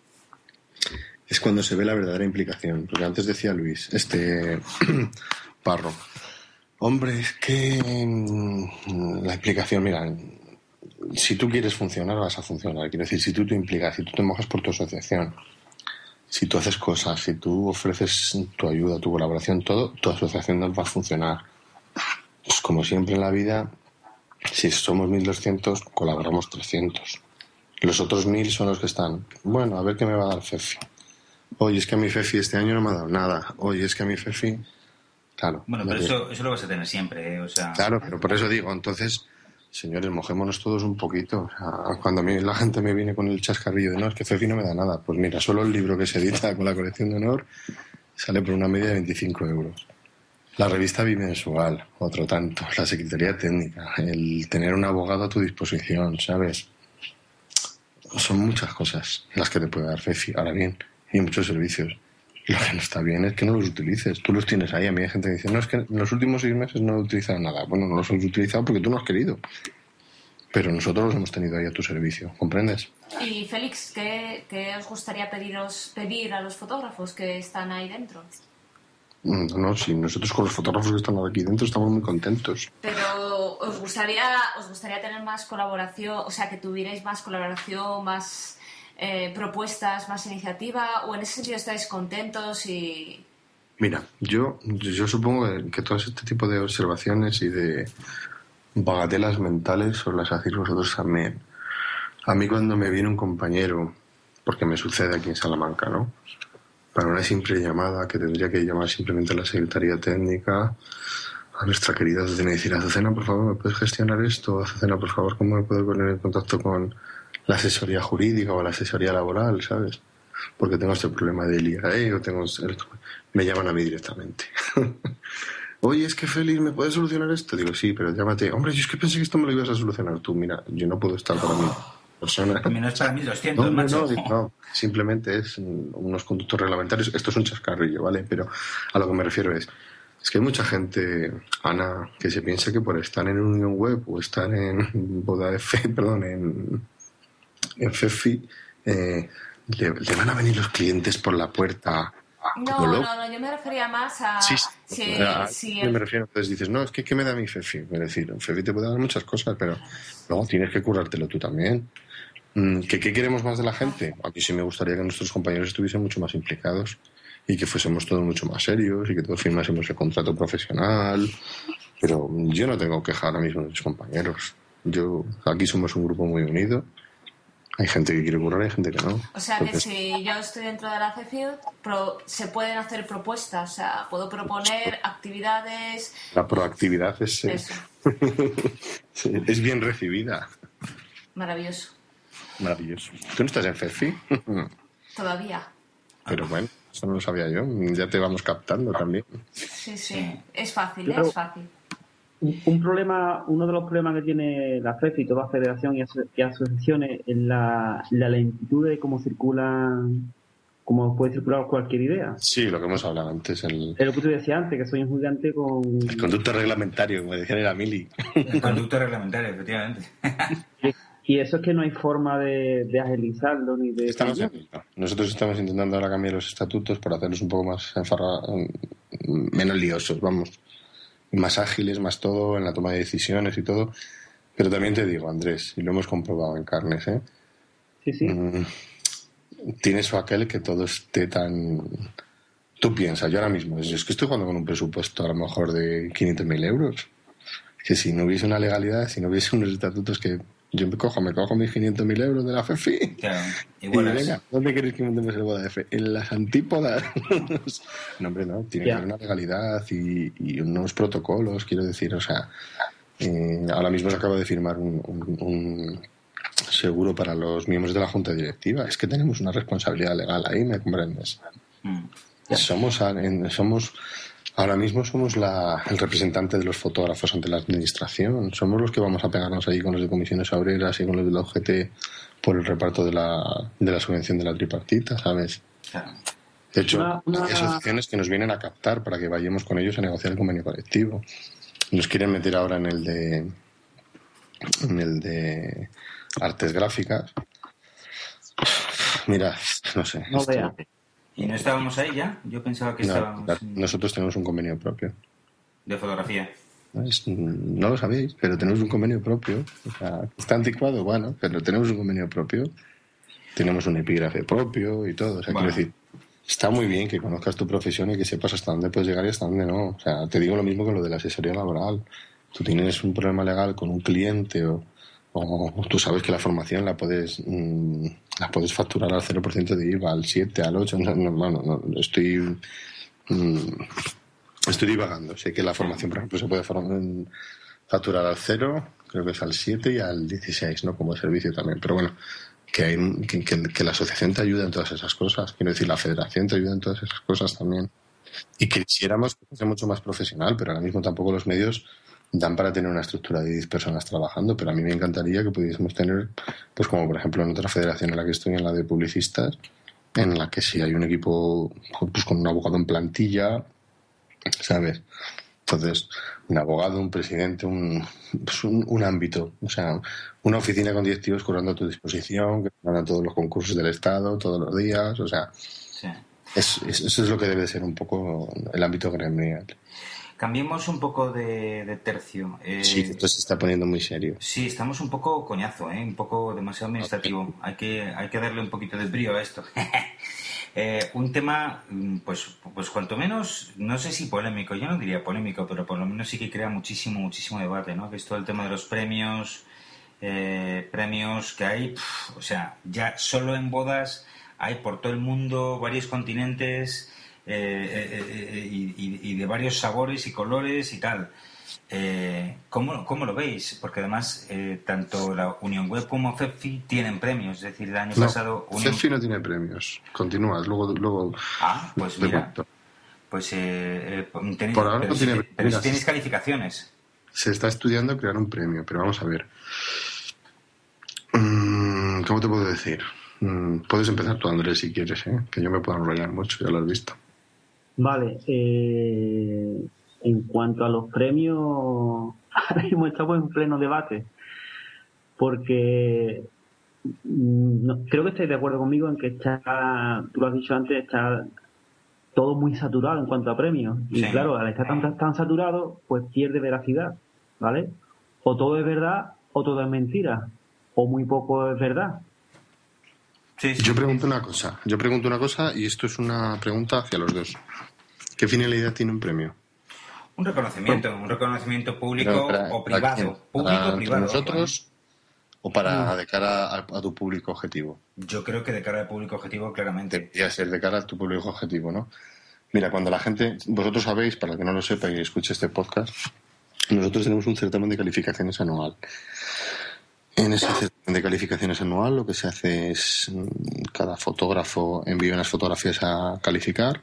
es cuando se ve la verdadera implicación. Porque antes decía Luis, este Parro, hombre, es que mm, la implicación, mira, si tú quieres funcionar, vas a funcionar. Quiero decir, si tú te implicas, si tú te mojas por tu asociación, si tú haces cosas, si tú ofreces tu ayuda, tu colaboración, todo, tu asociación no va a funcionar. Pues como siempre en la vida, si somos mil doscientos, colaboramos trescientos. Los otros mil son los que están, bueno, a ver qué me va a dar Fefi. Oye, es que a mi Fefi este año no me ha dado nada. Oye, es que a mi Fefi... Claro. Bueno, pero eso, eso lo vas a tener siempre, ¿eh? O sea... Claro, pero por eso digo, entonces, señores, mojémonos todos un poquito. O sea, cuando a mí la gente me viene con el chascarrillo de no, es que Fefi no me da nada. Pues mira, solo el libro que se edita con la colección de honor sale por una media de veinticinco euros. La revista bimensual, otro tanto. La secretaría técnica, el tener un abogado a tu disposición, ¿sabes? Son muchas cosas las que te puede dar Fefi. Ahora bien, hay muchos servicios. Lo que no está bien es que no los utilices. Tú los tienes ahí. A mí hay gente que dice, no, es que en los últimos seis meses no he utilizado nada. Bueno, no los has utilizado porque tú no has querido. Pero nosotros los hemos tenido ahí a tu servicio. ¿Comprendes? Y Félix, ¿qué, qué os gustaría pediros, pedir a los fotógrafos que están ahí dentro? No, no, sí, nosotros con los fotógrafos que están aquí dentro estamos muy contentos. Pero os gustaría, os gustaría tener más colaboración, o sea, que tuvierais más colaboración, más eh, propuestas, más iniciativa, o en ese sentido estáis contentos y... Mira, yo, yo supongo que, que todo este tipo de observaciones y de bagatelas mentales os las hacéis vosotros también. A mí cuando me viene un compañero, porque me sucede aquí en Salamanca, ¿no?, para una simple llamada que tendría que llamar simplemente a la Secretaría Técnica, a nuestra querida Azucena y decir, Azucena, por favor, ¿me puedes gestionar esto? Azucena, por favor, ¿cómo me puedo poner en contacto con la asesoría jurídica o la asesoría laboral, ¿sabes? Porque tengo este problema del I A E o tengo... Me llaman a mí directamente. Oye, es que Félix, ¿me puedes solucionar esto? Digo, sí, pero llámate. Hombre, yo es que pensé que esto me lo ibas a solucionar tú. Mira, yo no puedo estar para mí. Persona. No es para mil doscientos, No, no, macho. no, no, simplemente es unos conductos reglamentarios. Esto es un chascarrillo, ¿vale? Pero a lo que me refiero es, es que hay mucha gente, Ana, que se piensa que por estar en Unión Web o estar en Boda F, perdón, en, en Fefi, eh, le, le van a venir los clientes por la puerta. No, como no, loco. no, yo me refería más a... Sí, si, a- si yo el- me refiero, entonces dices, no, es que ¿qué me da mi Fefi? Es decir, Fefi te puede dar muchas cosas, pero luego tienes que currártelo tú también. Mm, ¿Que qué queremos más de la gente? Aquí sí me gustaría que nuestros compañeros estuviesen mucho más implicados y que fuésemos todos mucho más serios y que todos firmásemos el contrato profesional, pero yo no tengo queja ahora mismo de mis compañeros. Yo, aquí somos un grupo muy unido. Hay gente que quiere currar y hay gente que no. O sea, que Entonces, si yo estoy dentro de la C F I U, pro- se pueden hacer propuestas, o sea, puedo proponer actividades... la proactividad es, eh, Eso, es bien recibida. maravilloso. Maravilloso. ¿Tú no estás en Fefi? Todavía. Pero bueno, eso no lo sabía yo. Ya te vamos captando también. Sí, sí, es fácil, ¿eh? Claro. Es fácil. Un, un problema, uno de los problemas que tiene la F E F y toda la federación y, aso- y asociaciones es la, la lentitud de cómo circulan, cómo puede circular cualquier idea. Sí, lo que hemos hablado antes, el, Es lo que tú decías antes, que soy un gigante con... el conducto reglamentario, como decía la Mili. El conducto reglamentario, efectivamente. Y eso es que no hay forma de, de agilizarlo ni de... Estamos en ello. Nosotros estamos intentando ahora cambiar los estatutos para hacerlos un poco más enfarra- menos liosos, vamos. Más ágiles, más todo, en la toma de decisiones y todo. Pero también te digo, Andrés, y lo hemos comprobado en carnes, ¿eh? Sí, sí. Mm, tiene eso aquel que todo esté tan... Tú piensas, yo ahora mismo, es que estoy jugando con un presupuesto a lo mejor de quinientos mil euros. Que si no hubiese una legalidad, si no hubiese unos estatutos que yo me cojo, me cojo mis quinientos mil euros de la F E F I. Claro, Y igual es. venga, ¿dónde queréis que montemos el boda F? En las antípodas. No, hombre, no. Tiene Ya. que haber una legalidad y, y unos protocolos, quiero decir, o sea... eh, ahora mismo se acaba de firmar un, un- un seguro para los miembros de la junta directiva. Es que tenemos una responsabilidad legal ahí, ¿me comprendes? Mm. Somos, a- en- somos ahora mismo somos la, el representante de los fotógrafos ante la administración. Somos los que vamos a pegarnos ahí con los de comisiones obreras y con los de la O G T por el reparto de la, de la subvención de la tripartita, ¿sabes? Claro. De hecho, Una- una- hay asociaciones que nos vienen a captar para que vayamos con ellos a negociar el convenio colectivo. Nos quieren meter ahora en el de en el de artes gráficas. Mira, no sé. No esto- vea. ¿Y no estábamos ahí ya? Yo pensaba que no, estábamos claro, en- nosotros tenemos un convenio propio. de fotografía. ¿No? Es- no lo sabéis, pero tenemos un convenio propio. O sea, está anticuado, bueno, pero tenemos un convenio propio. Tenemos un epígrafe propio y todo. O sea, Bueno. quiero decir, está muy bien que conozcas tu profesión y que sepas hasta dónde puedes llegar y hasta dónde no. O sea, te digo lo mismo que lo de la asesoría laboral. Tú tienes un problema legal con un cliente o, o tú sabes que la formación la puedes mm, la puedes facturar al cero por ciento de I V A, al siete, al ocho. No, no, no, no, estoy... mm, Estoy divagando. Sé que la formación, por ejemplo, se puede form- facturar al cero, creo que es al siete y al dieciséis, ¿no? Como servicio también. Pero bueno, que, hay, que, que, que la asociación te ayuda en todas esas cosas. Quiero decir, la federación te ayuda en todas esas cosas también. Y quisiéramos que fuese mucho más profesional, pero ahora mismo tampoco los medios dan para tener una estructura de diez personas trabajando. Pero a mí me encantaría que pudiésemos tener, pues como por ejemplo en otra federación en la que estoy, en la de publicistas, en la que si hay un equipo pues con un abogado en plantilla, ¿sabes? Entonces, un abogado, un presidente, un, pues un, un ámbito, o sea, una oficina con directivos currando a tu disposición, que ganan todos los concursos del Estado todos los días, o sea, Sí. es, es- eso es lo que debe ser un poco el ámbito gremial. Cambiemos un poco de, de tercio. Eh, Sí, esto se está poniendo muy serio. Sí, estamos un poco coñazo, ¿eh? Un poco demasiado administrativo. Hay que, hay que darle un poquito de brío a esto. Eh, un tema, mm, pues, pues cuanto menos, no sé si polémico, yo no diría polémico, pero por lo menos sí que crea muchísimo, muchísimo debate, ¿no? Que es todo el tema de los premios, eh, premios que hay, pf, o sea, ya solo en bodas hay por todo el mundo, varios continentes, eh, eh, eh, y, y- y de varios sabores y colores y tal. Eh, ¿cómo, ¿Cómo lo veis? Porque además, eh, tanto la Unión Web como F E F I tienen premios. Es decir, el año No, pasado... Unión- CEFI no tiene premios. Continúas, luego, luego Ah, pues te mira, cuento. pues eh, eh, tenéis, Por ahora pero, no si, tiene- pero si mira, tenéis sí. calificaciones. Se está estudiando crear un premio, pero vamos a ver. Mm, ¿Cómo te puedo decir? Mm, Puedes empezar tú, Andrés, si quieres, ¿eh? Que yo me puedo enrollar mucho, ya lo has visto. Vale, eh, en cuanto a los premios, ahora mismo estamos en pleno debate, porque mm, no- creo que estáis de acuerdo conmigo en que está, tú lo has dicho antes, está todo muy saturado en cuanto a premios. Y Sí. claro, al estar tan, tan saturado, pues pierde veracidad, ¿vale? O todo es verdad o todo es mentira, o muy poco es verdad. Sí, sí. Yo pregunto una cosa, yo pregunto una cosa y esto es una pregunta hacia los dos. ¿Qué finalidad tiene un premio? Un reconocimiento, un reconocimiento público Pero para- o para privado. quién? Público ¿Para o entre privado. nosotros o para de cara a, a tu público objetivo? Yo creo que de cara al público objetivo, claramente. Debería ser de cara a tu público objetivo, ¿no? Mira, cuando la gente, vosotros sabéis, para el que no lo sepa y escuche este podcast, nosotros tenemos un certamen de calificaciones anual. En ese certamen de calificaciones anual lo que se hace es cada fotógrafo envía unas fotografías a calificar.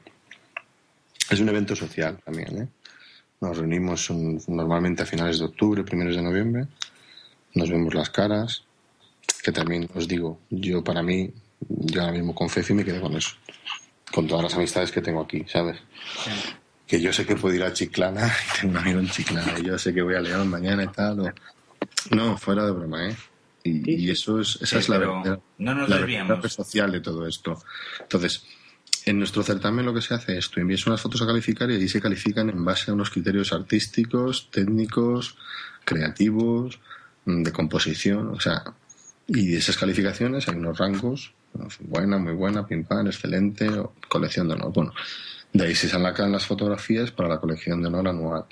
Es un evento social también, ¿eh? Nos reunimos un, normalmente a finales de octubre, primeros de noviembre. Nos vemos las caras, que también os digo, yo para mí, yo ahora mismo con Fefi me quedé con eso, con todas las amistades que tengo aquí, ¿sabes? Sí. Que yo sé que puedo ir a Chiclana y tengo un amigo en Chiclana, y yo sé que voy a León mañana y tal, o... No, fuera de broma, ¿eh? Y, y eso es, esa sí, es la verdad, no nos la verdad social de todo esto. Entonces, en nuestro certamen lo que se hace es, tú envías unas fotos a calificar y allí se califican en base a unos criterios artísticos, técnicos, creativos, de composición, o sea, y de esas calificaciones hay unos rangos, buena, muy buena, pim pam, excelente, o colección de honor. Bueno, de ahí se sacan las fotografías para la colección de honor anual.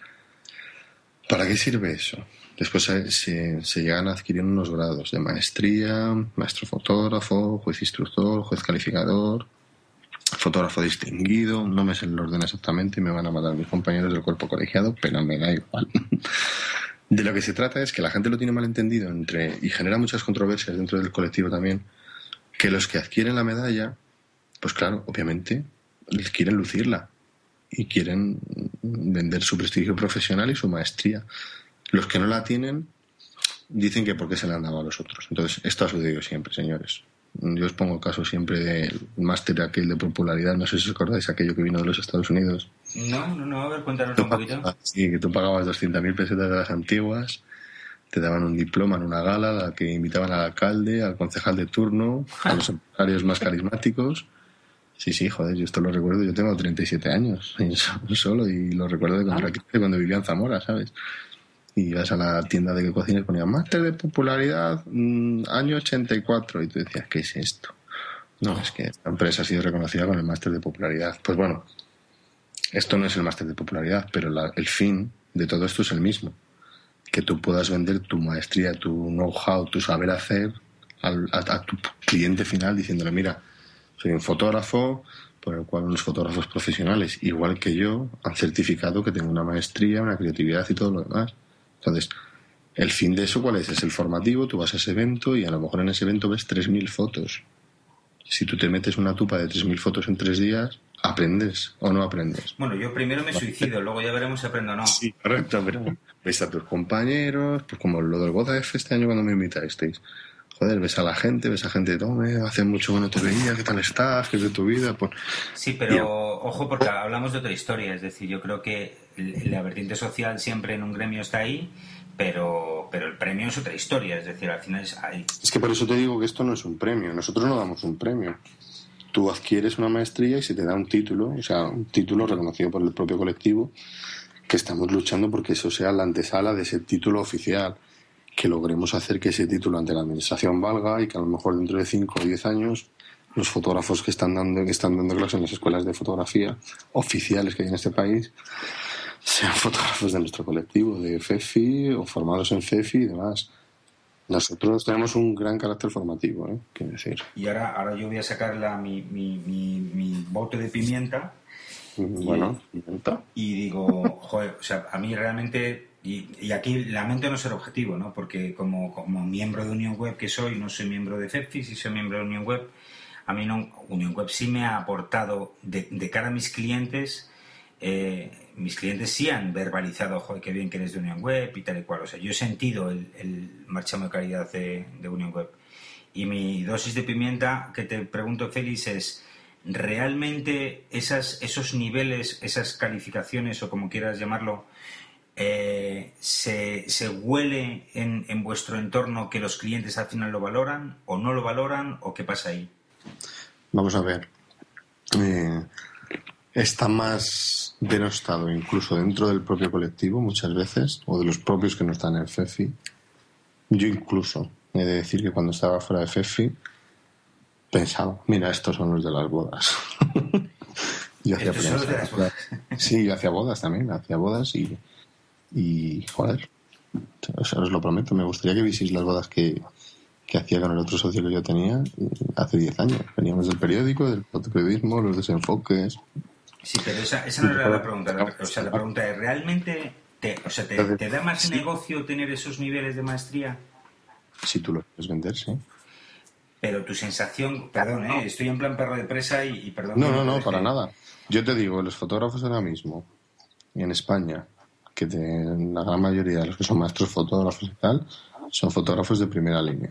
¿Para qué sirve eso? Después se, se, se llegan adquiriendo unos grados de maestría, maestro fotógrafo, juez instructor, juez calificador, fotógrafo distinguido. No me sé el orden exactamente y me van a matar mis compañeros del cuerpo colegiado, pero me da igual. De lo que se trata es que la gente lo tiene mal entendido entre, y genera muchas controversias dentro del colectivo también, que los que adquieren la medalla, pues claro, obviamente, quieren lucirla y quieren vender su prestigio profesional y su maestría. Los que no la tienen dicen que por qué se la han dado a los otros. Entonces, esto ha sucedido siempre, señores. Yo os pongo el caso siempre del máster aquel de popularidad. No sé si os acordáis aquello que vino de los Estados Unidos. No, no, no. A ver, cuéntanos un poquito. Sí, que tú pagabas doscientas mil pesetas de las antiguas, te daban un diploma en una gala a la que invitaban al alcalde, al concejal de turno, a los empresarios más carismáticos. Sí, sí, joder, yo esto lo recuerdo. Yo tengo treinta y siete años solo y lo recuerdo de cuando, de cuando vivía en Zamora, ¿sabes? Y ibas a la tienda de que cocina y ponía máster de popularidad mmm, año ochenta y cuatro y tú decías, ¿qué es esto? No, es que esta empresa ha sido reconocida con el máster de popularidad. Pues bueno, esto no es el máster de popularidad, pero la, el fin de todo esto es el mismo, que tú puedas vender tu maestría, tu know-how, tu saber hacer al, a, a tu cliente final diciéndole, mira, soy un fotógrafo por el cual unos fotógrafos profesionales, igual que yo, han certificado que tengo una maestría, una creatividad y todo lo demás. Entonces, el fin de eso, ¿cuál es? Es el formativo, tú vas a ese evento y a lo mejor en ese evento ves tres mil fotos. Si tú te metes una tupa de tres mil fotos en tres días, ¿aprendes o no aprendes? Bueno, yo primero me suicido, luego ya veremos si aprendo o no. Sí, correcto, pero ves a tus compañeros, pues como lo del Boda F este año cuando me invitasteis. Joder, ves a la gente, ves a gente, tome, hace mucho que no te veía, ¿qué tal estás? ¿Qué es de tu vida? Pues... Sí, pero yeah. Ojo, porque hablamos de otra historia, es decir, yo creo que la vertiente social siempre en un gremio está ahí, pero, pero el premio es otra historia, es decir, al final es ahí. Es que por eso te digo que esto no es un premio, nosotros no damos un premio. Tú adquieres una maestría y se te da un título, o sea, un título reconocido por el propio colectivo, que estamos luchando porque eso sea la antesala de ese título oficial, que logremos hacer que ese título ante la administración valga y que a lo mejor dentro de cinco o diez años los fotógrafos que están dando que están dando clases en las escuelas de fotografía oficiales que hay en este país sean fotógrafos de nuestro colectivo, de FEFI o formados en FEFI y demás. Nosotros tenemos un gran carácter formativo, ¿eh? Quiero decir. Y ahora, ahora yo voy a sacar la, mi, mi, mi, mi bote de pimienta. Bueno, y, pimienta. Y digo, joder, o sea, a mí realmente... Y, y aquí lamento no ser objetivo, ¿no? Porque como, como miembro de Unión Web que soy, no soy miembro de FEFI, sí soy miembro de Unión Web. A mí no, Unión Web sí me ha aportado de, de cara a mis clientes. Eh, mis clientes sí han verbalizado, joder, qué bien que eres de Unión Web y tal y cual. O sea, yo he sentido el, el marchamo de calidad de, de Unión Web. Y mi dosis de pimienta, que te pregunto, Félix, es ¿realmente esas, esos niveles, esas calificaciones o como quieras llamarlo, Eh, se, se huele en, en vuestro entorno que los clientes al final lo valoran o no lo valoran o qué pasa ahí? Vamos a ver, eh, está más denostado incluso dentro del propio colectivo muchas veces, o de los propios que no están en FEFI. Yo incluso he de decir que cuando estaba fuera de FEFI pensaba, mira, estos son los de las bodas. Yo hacía ¿Estos son los de las bodas? Sí, yo hacía bodas también, hacía bodas y Y, joder, o sea, os lo prometo, me gustaría que vieseis las bodas que, que hacía con el otro socio que yo tenía hace diez años. Veníamos del periódico, del fotoperiodismo, los desenfoques. Sí, pero esa, esa no era la pregunta. La, o sea, la pregunta es, ¿realmente te, o sea, te, te da más negocio tener esos niveles de maestría? Si tú lo quieres vender, sí. Pero tu sensación, perdón, ¿eh? Estoy en plan perro de presa y, y perdón. No, no, no, para nada. Yo te digo, los fotógrafos ahora mismo, en España, que te, la gran mayoría de los que son maestros fotógrafos y tal, son fotógrafos de primera línea.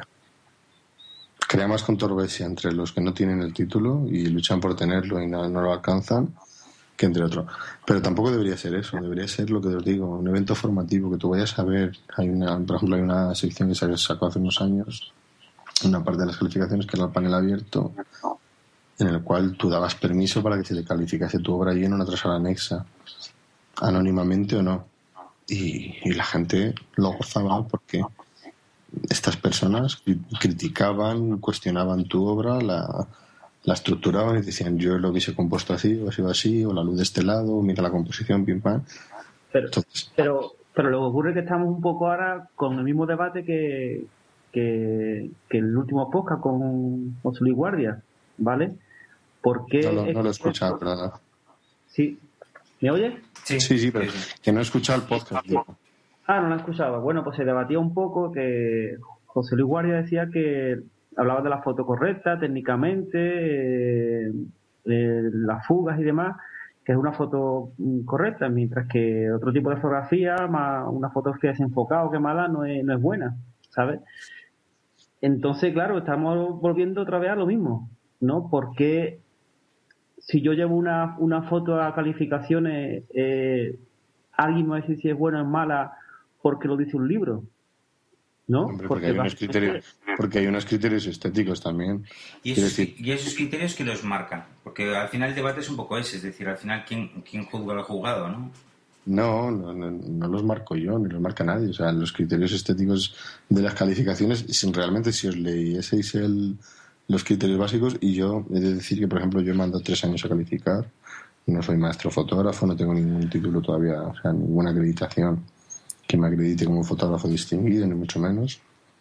Crea más controversia entre los que no tienen el título y luchan por tenerlo y no, no lo alcanzan que entre otros. Pero tampoco debería ser eso, debería ser lo que os digo, un evento formativo que tú vayas a ver. Hay una, por ejemplo, hay una sección que se sacó hace unos años, una parte de las calificaciones que era el panel abierto, en el cual tú dabas permiso para que se le calificase tu obra allí en una sala anexa, anónimamente o no. Y, y la gente lo gozaba porque estas personas criticaban, cuestionaban tu obra, la, la estructuraban y decían, yo lo hubiese compuesto así, o ha sido así, o la luz de este lado, mira la composición, pim pam. Pero, Entonces, pero, pero lo que ocurre es que estamos un poco ahora con el mismo debate que, que, que el último podcast con José Luis Guardia, ¿vale? Porque no, lo, no lo he escuchado, perdón. Sí. ¿Me oyes? Sí, sí, sí, pero que no he escuchado el podcast. Digo. Ah, no lo he escuchado. Bueno, pues se debatía un poco que José Luis Guardia decía que hablaba de la foto correcta, técnicamente, eh, eh, las fugas y demás, que es una foto correcta, mientras que otro tipo de fotografía, más una fotografía desenfocada o quemada, no es, no es buena, ¿sabes? Entonces, claro, estamos volviendo otra vez a lo mismo, ¿no? Porque si yo llevo una, una foto a calificaciones, eh, alguien me va a decir si es buena o es mala porque lo dice un libro, ¿no? Hombre, porque, porque, hay unos criterios, porque hay unos criterios estéticos también. Y esos, decir, y esos criterios que los marcan, porque al final el debate es un poco ese, es decir, al final quién, quién juzga lo juzgado, ¿no? No, no, no, no los marco yo, ni los marca nadie. O sea, los criterios estéticos de las calificaciones, sin realmente si os leíseis el, los criterios básicos, y yo he de decir que, por ejemplo, yo he mandado tres años a calificar, no soy maestro fotógrafo, no tengo ningún título todavía, o sea, ninguna acreditación que me acredite como fotógrafo distinguido, ni mucho menos.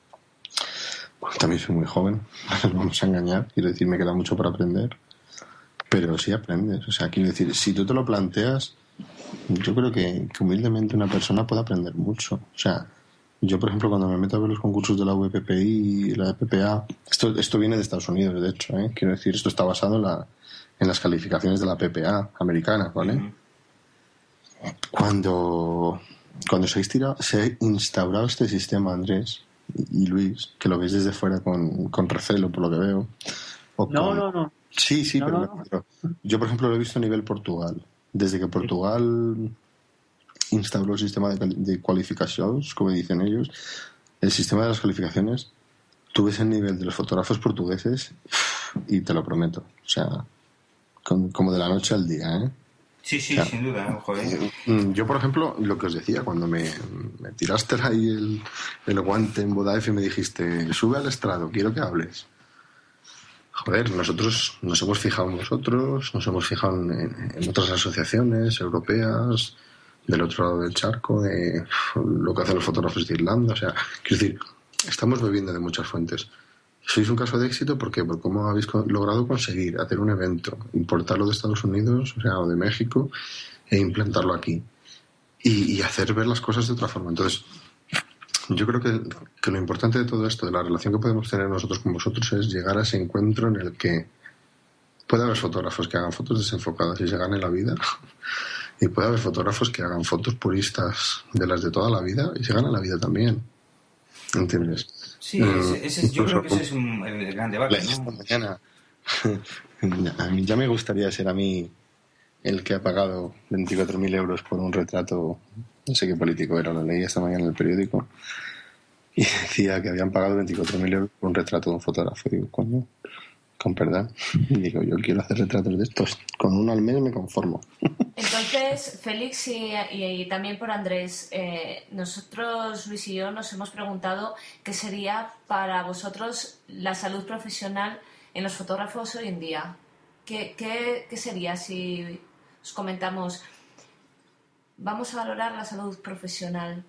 Bueno, también soy muy joven, no nos vamos a engañar, quiero decir, me queda mucho por aprender, pero sí aprendes. O sea, quiero decir, si tú te lo planteas, yo creo que, que humildemente una persona puede aprender mucho. O sea, yo, por ejemplo, cuando me meto a ver los concursos de la U P P I y la P P A, esto, esto viene de Estados Unidos, de hecho, ¿eh? Quiero decir, esto está basado en, la, en las calificaciones de la P P A americana, ¿vale? Uh-huh. Cuando, cuando se, ha estirado, se ha instaurado este sistema, Andrés y Luis, que lo veis desde fuera con, con recelo, por lo que veo. O no, con... no, no. Sí, sí, no, pero, no. pero yo, por ejemplo, lo he visto a nivel Portugal. Desde que Portugal instauró el sistema de, de cualificaciones, como dicen ellos, el sistema de las calificaciones, tú ves el nivel de los fotógrafos portugueses y te lo prometo, o sea, con, como de la noche al día, ¿eh? Sí, sí, o sea, sin duda, joder. Yo, por ejemplo, lo que os decía, cuando me, me tiraste ahí el, el guante en Boda F y me dijiste, sube al estrado, quiero que hables. Joder, nosotros nos hemos fijado en vosotros, nos hemos fijado en, en otras asociaciones europeas, del otro lado del charco, de lo que hacen los fotógrafos de Irlanda. O sea, quiero decir, estamos bebiendo de muchas fuentes. Sois un caso de éxito, ¿por qué? Por cómo habéis logrado conseguir hacer un evento, importarlo de Estados Unidos, o sea, o de México, e implantarlo aquí. Y, y hacer ver las cosas de otra forma. Entonces, yo creo que, que lo importante de todo esto, de la relación que podemos tener nosotros con vosotros, es llegar a ese encuentro en el que puede haber fotógrafos que hagan fotos desenfocadas y se ganen la vida, y puede haber fotógrafos que hagan fotos puristas de las de toda la vida y se ganen la vida también. ¿Entiendes? Sí, ese, ese, yo creo que ese es un, el gran debate, ¿no? Esta mañana, a mí ya me gustaría ser a mí el que ha pagado veinticuatro mil euros por un retrato, no sé qué político era, lo leí esta mañana en el periódico, y decía que habían pagado veinticuatro mil euros por un retrato de un fotógrafo. Y digo, coño, con perdón. Y digo, yo quiero hacer retratos de estos, con uno al mes me conformo. Entonces, Félix y, y, y también por Andrés, eh, nosotros, Luis y yo, nos hemos preguntado qué sería para vosotros la salud profesional en los fotógrafos hoy en día. ¿Qué, qué, qué sería si os comentamos, vamos a valorar la salud profesional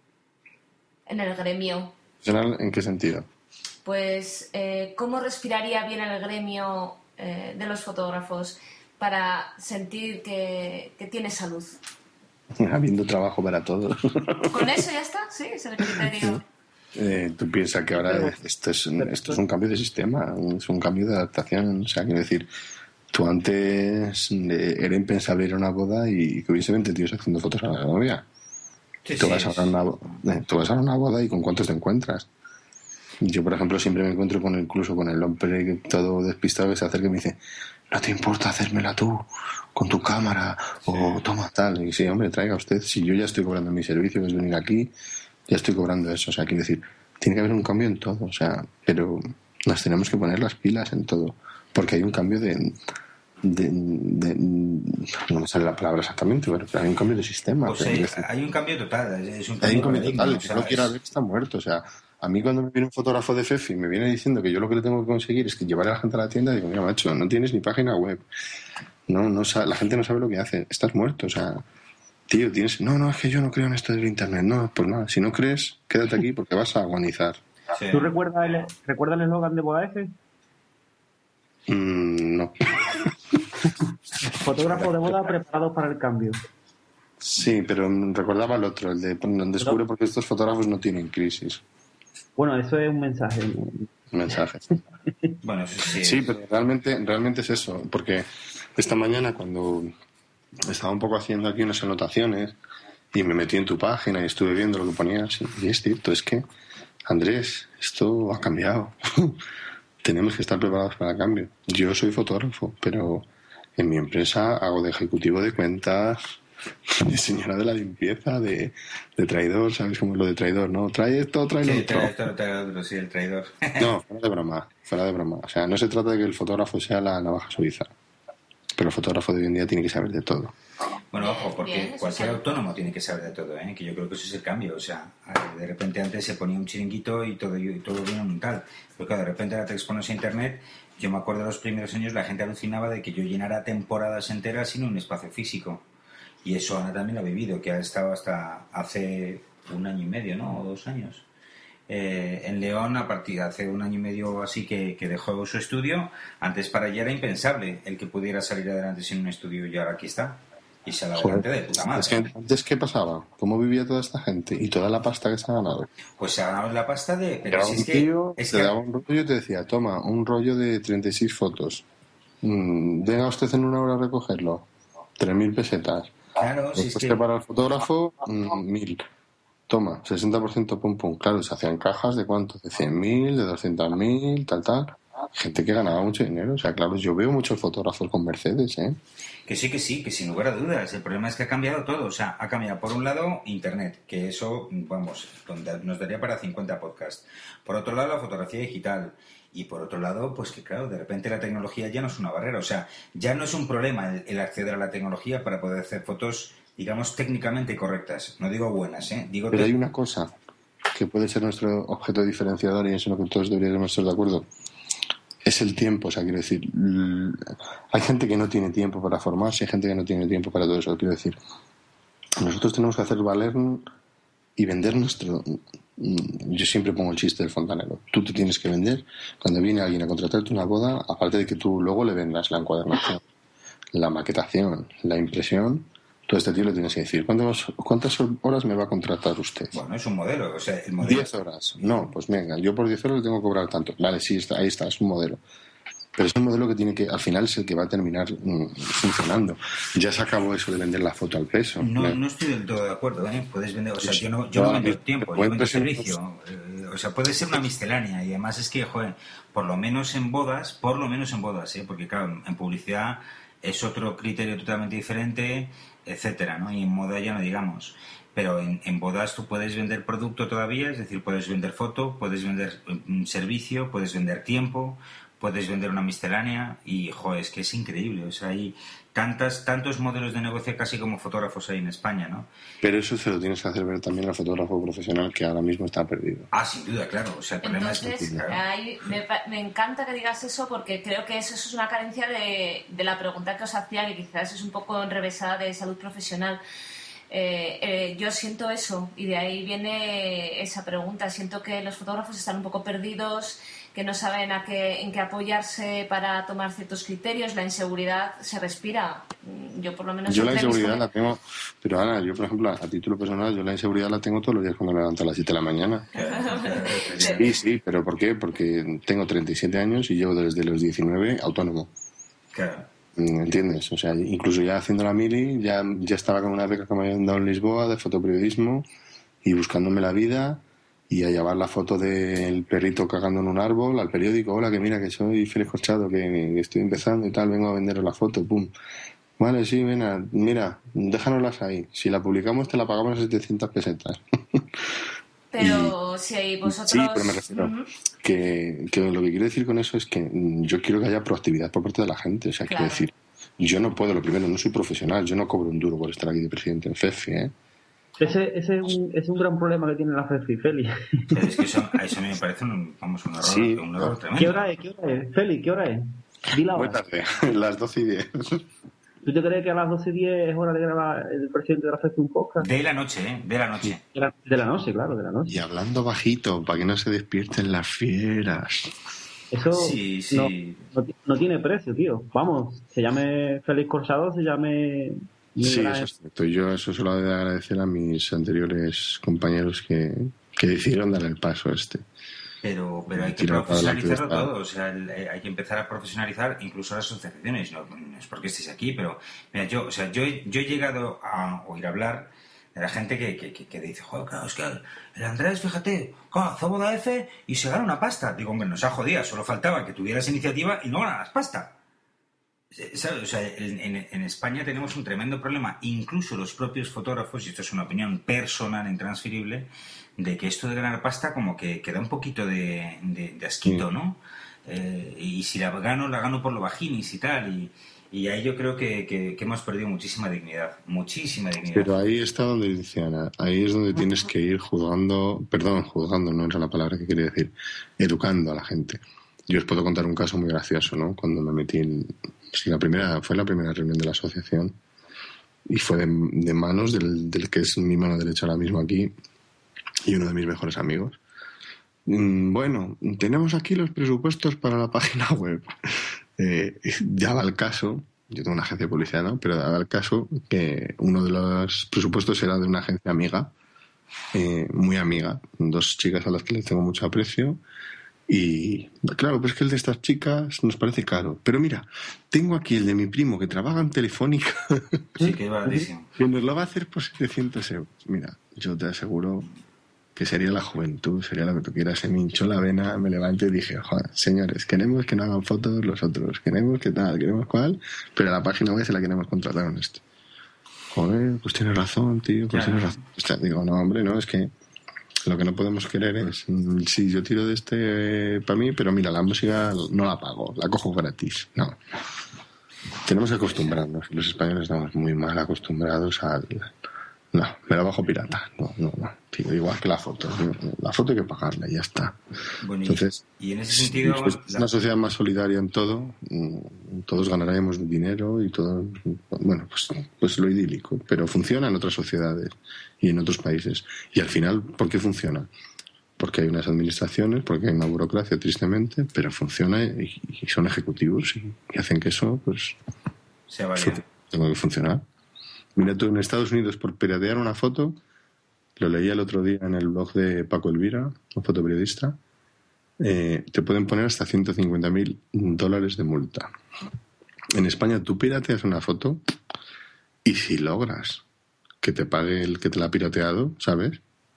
en el gremio? ¿Profesional en qué sentido? Pues, eh, ¿cómo respiraría bien el gremio eh, de los fotógrafos para sentir que, que tiene salud? Habiendo trabajo para todos. ¿Con eso ya está? Sí, es el criterio. Eh, tú piensas que ahora esto es, esto es un cambio de sistema, es un cambio de adaptación. O sea, quiero decir, tú antes eh, era impensable ir a una boda y que hubiese veinte tíos haciendo fotos a la novia. Sí, tú, sí, vas a una, eh, tú vas a una boda y ¿con cuántos te encuentras? Yo, por ejemplo, siempre me encuentro con incluso con el hombre que todo despistado que se acerca y me dice, ¿no te importa hacérmela tú con tu cámara? O toma tal. Y sí, hombre, traiga usted. Si yo ya estoy cobrando mi servicio, que es venir aquí, ya estoy cobrando eso. O sea, quiero decir, tiene que haber un cambio en todo. O sea, pero nos tenemos que poner las pilas en todo. Porque hay un cambio de... de, de no me sale la palabra exactamente, pero, pero hay un cambio de sistema. Pues hay, hay un cambio total. Es un cambio hay un cambio paradigma, total. o Que sea, no quiera es... ver está muerto. O sea, a mí cuando me viene un fotógrafo de Fefi y me viene diciendo que yo lo que le tengo que conseguir es que llevar a la gente a la tienda, digo, mira, macho, no tienes ni página web. No, no sabe, la gente no sabe lo que hace. Estás muerto, o sea, tío, tienes... No, no, es que yo no creo en esto del internet. No, pues nada, si no crees, quédate aquí porque vas a agonizar. Sí. ¿Tú recuerdas el recuerdas el eslogan de Boda F? Mm, no. Fotógrafos de boda preparados para el cambio. Sí, pero recordaba el otro, el de descubre porque estos fotógrafos no tienen crisis. Bueno, eso es un mensaje. Mensaje. Bueno, eso sí. Sí, pero realmente, realmente es eso, porque esta mañana cuando estaba un poco haciendo aquí unas anotaciones y me metí en tu página y estuve viendo lo que ponías y es cierto, es que, Andrés, esto ha cambiado. Tenemos que estar preparados para el cambio. Yo soy fotógrafo, pero en mi empresa hago de ejecutivo de cuentas, de señora de la limpieza, de, de traidor, ¿sabes cómo es lo de traidor? ¿No? Trae esto, trae lo Sí, otro. trae esto, trae lo otro, sí, el traidor. No, fuera de broma, fuera de broma. O sea, no se trata de que el fotógrafo sea la navaja suiza, pero el fotógrafo de hoy en día tiene que saber de todo. Bueno, ojo, porque Bien, eso cualquier sí. autónomo tiene que saber de todo, ¿eh? Que yo creo que eso es el cambio. O sea, de repente antes se ponía un chiringuito y todo, y todo bien un tal. Pero claro, de repente ahora te expones a internet. Yo me acuerdo de los primeros años, la gente alucinaba de que yo llenara temporadas enteras sin un espacio físico. Y eso Ana también lo ha vivido, que ha estado hasta hace un año y medio, ¿no? O dos años. Eh, en León, a partir de hace un año y medio así que, que dejó su estudio. Antes para ella era impensable el que pudiera salir adelante sin un estudio, y ahora aquí está. Y sale adelante de puta madre. Es que antes, ¿qué pasaba? ¿Cómo vivía toda esta gente? Y toda la pasta que se ha ganado. Pues se ha ganado la pasta de... Pero Llegaba si un es que... tío, Es te que daba un rollo y te decía, toma, un rollo de treinta y seis fotos. Mm, venga usted en una hora a recogerlo. tres mil pesetas. claro, si es Después que... para el fotógrafo, mm, mil. Toma, sesenta por ciento pum pum. Claro, se hacían cajas de cuánto, de cien mil, de doscientos mil, tal, tal. Gente que ganaba mucho dinero. O sea, claro, yo veo muchos fotógrafos con Mercedes, ¿eh? Que sí, que sí, que sin lugar a dudas. El problema es que ha cambiado todo. O sea, ha cambiado, por un lado, Internet, que eso, vamos, nos daría para cincuenta podcasts. Por otro lado, la fotografía digital. Y por otro lado, pues que claro, de repente la tecnología ya no es una barrera. O sea, ya no es un problema el, el acceder a la tecnología para poder hacer fotos, digamos, técnicamente correctas. No digo buenas, ¿eh? Digo Pero te- hay una cosa que puede ser nuestro objeto diferenciador y es en lo que todos deberíamos estar de acuerdo. Es el tiempo, o sea, quiero decir, l- hay gente que no tiene tiempo para formarse, hay gente que no tiene tiempo para todo eso, quiero decir. Nosotros tenemos que hacer valer y vender nuestro... Yo siempre pongo el chiste del fontanero. Tú te tienes que vender cuando viene alguien a contratarte una boda, aparte de que tú luego le vendas la encuadernación, la maquetación, la impresión. Todo este tío le tienes que decir, ¿cuántas, ¿cuántas horas me va a contratar usted? Bueno, es un modelo. O sea, el modelo... diez horas. No, pues venga, yo por diez horas le tengo que cobrar tanto. Vale, sí, está, ahí está, es un modelo. Pero es un modelo que tiene que, al final es el que va a terminar mm, funcionando. Ya se acabó eso de vender la foto al peso. No, Me- no estoy del todo de acuerdo, ¿eh? Puedes vender, o sea, Pues, yo no, yo no, no vendo me- tiempo, me yo vendo cuentas en- servicio. Eh, o sea, puede ser una miscelánea y además es que, joder, por lo menos en bodas, por lo menos en bodas, ¿eh? Porque claro, en publicidad es otro criterio totalmente diferente, etcétera, ¿no? Y en moda ya no digamos. Pero en, en bodas tú puedes vender producto todavía, es decir, puedes vender foto, puedes vender mm, servicio, puedes vender tiempo, puedes vender una miscelánea y, joder, es que es increíble. O sea, hay tantas, tantos modelos de negocio casi como fotógrafos hay en España, ¿no? Pero eso se lo tienes que hacer ver también al fotógrafo profesional que ahora mismo está perdido. Ah, sin duda, claro. O sea, el problema Entonces, es que... claro. ahí me, pa- me encanta que digas eso porque creo que eso, eso es una carencia de, de la pregunta que os hacía, que quizás es un poco enrevesada de salud profesional. Eh, eh, yo siento eso y de ahí viene esa pregunta. Siento que los fotógrafos están un poco perdidos, que no saben a qué, en qué apoyarse para tomar ciertos criterios. La inseguridad se respira. Yo por lo menos... Yo la entre mis inseguridad comen- la tengo, pero Ana, yo por ejemplo, a título personal, yo la inseguridad la tengo todos los días cuando me levanto a las siete de la mañana. Sí, sí, pero ¿por qué? Porque tengo treinta y siete años y llevo desde los diecinueve autónomo. Claro. ¿Entiendes? O sea, incluso ya haciendo la mili, ya, ya estaba con una beca que me habían dado en Lisboa de fotoperiodismo y buscándome la vida y a llevar la foto del perrito cagando en un árbol al periódico. Hola, que mira, que soy Félix Corchado, que, que estoy empezando y tal, vengo a venderos la foto, pum. Vale, sí, mira, mira, déjanoslas ahí. Si la publicamos te la pagamos a setecientas pesetas. Pero si hay vosotros... Sí, pero me refiero Ujú. que, que lo que quiero decir con eso es que mm, yo quiero que haya proactividad por parte de la gente. O sea, Claro. quiero decir, yo no puedo, lo primero, no soy profesional, yo no cobro un duro por estar aquí de presidente en FEFI, ¿eh? Ese, ese es, un, es un gran problema que tiene la FEFI, Feli. Es que eso, a eso a mí me parece un, vamos, un error, Sí, un error no. tremendo. ¿Qué hora es? ¿Qué hora es? Feli, ¿qué hora es? Di la hora. Buenas tardes, las doce y diez. ¿Tú te crees que a las doce y diez es hora de grabar el presidente de la FEFI un podcast? De la noche, ¿eh? De la noche. De la, de la noche, claro, de la noche. Y hablando bajito, para que no se despierten las fieras. Eso Sí, sí. No, no, ti- no tiene precio, tío. Vamos, se llame Félix Corchado, se llame... Sí, Miguel eso es cierto. Yo eso se lo he de agradecer a mis anteriores compañeros que, que decidieron dar el paso este. Pero, pero hay que Tirar para adelante profesionalizarlo esta- todo, o sea, el- eh, hay que empezar a profesionalizar incluso las asociaciones, no, no es porque estéis aquí, pero mira, yo, o sea, yo, he- yo he llegado a oír hablar de la gente que, que, que, que dice, joder, claro, es que el Andrés, fíjate, claro, Zoboda F y se gana una pasta. Digo, hombre, no se ha jodido, solo faltaba que tuvieras iniciativa y no ganaras pasta. ¿Sabes? O sea, en, en- en España tenemos un tremendo problema, incluso los propios fotógrafos, y esto es una opinión personal, intransferible, de que esto de ganar pasta como que, que da un poquito de, de, de asquito, Sí. ¿no? Eh, y si la gano, la gano por lo vaginis y tal, y, y ahí yo creo que, que- que hemos perdido muchísima dignidad, muchísima dignidad. Pero ahí está donde dice Ana, ahí es donde tienes que ir juzgando, perdón, juzgando no era la palabra que quería decir, educando a la gente. Yo os puedo contar un caso muy gracioso, ¿no? Cuando me metí en, sí, la primera, fue la primera reunión de la asociación y fue de, de manos del, del que es mi mano derecha ahora mismo aquí y uno de mis mejores amigos. Mm, Bueno, tenemos aquí los presupuestos para la página web. Eh, ya va el caso, yo tengo una agencia de publicidad, ¿no? Pero daba el caso que uno de los presupuestos era de una agencia amiga, eh, muy amiga, dos chicas a las que les tengo mucho aprecio. Y claro, pues que el de estas chicas nos parece caro. Pero mira, tengo aquí el de mi primo que trabaja en Telefónica, Sí, que es baratísimo. que nos lo va a hacer por setecientos euros. Mira, yo te aseguro que sería la juventud, sería lo que tú quieras. Se me hinchó la vena, me levanté y dije, joder, señores, queremos que no hagan fotos los otros, queremos que tal, queremos cual, pero la página web se la queremos contratar en esto. Joder, pues tienes razón, tío, pues Claro. tienes razón. O sea, digo, no, hombre, no, es que lo que no podemos querer es, mm, sí, yo tiro de este para mí, pero mira, la música no la pago, la cojo gratis. No. Tenemos que acostumbrarnos. Los españoles estamos muy mal acostumbrados al... No, me la bajo pirata. No, no, no. Tío, igual que la foto. La foto hay que pagarla y ya está. Bueno, y- Entonces, y en ese si sentido, es la- una sociedad más solidaria en todo, mm, todos ganaremos dinero y todo, bueno, pues, pues lo idílico, pero funciona en otras sociedades y en otros países. Y al final, ¿por qué funciona? Porque hay unas administraciones, porque hay una burocracia, tristemente, pero funciona y, y son ejecutivos y, y hacen que eso, pues, se vaya. eso tenga que funcionar. Mira tú, en Estados Unidos, por piratear una foto, lo leí el otro día en el blog de Paco Elvira, un fotoperiodista, eh, te pueden poner hasta ciento cincuenta mil dólares de multa. En España tú pirateas una foto y si logras que te pague el que te la ha pirateado, ¿sabes?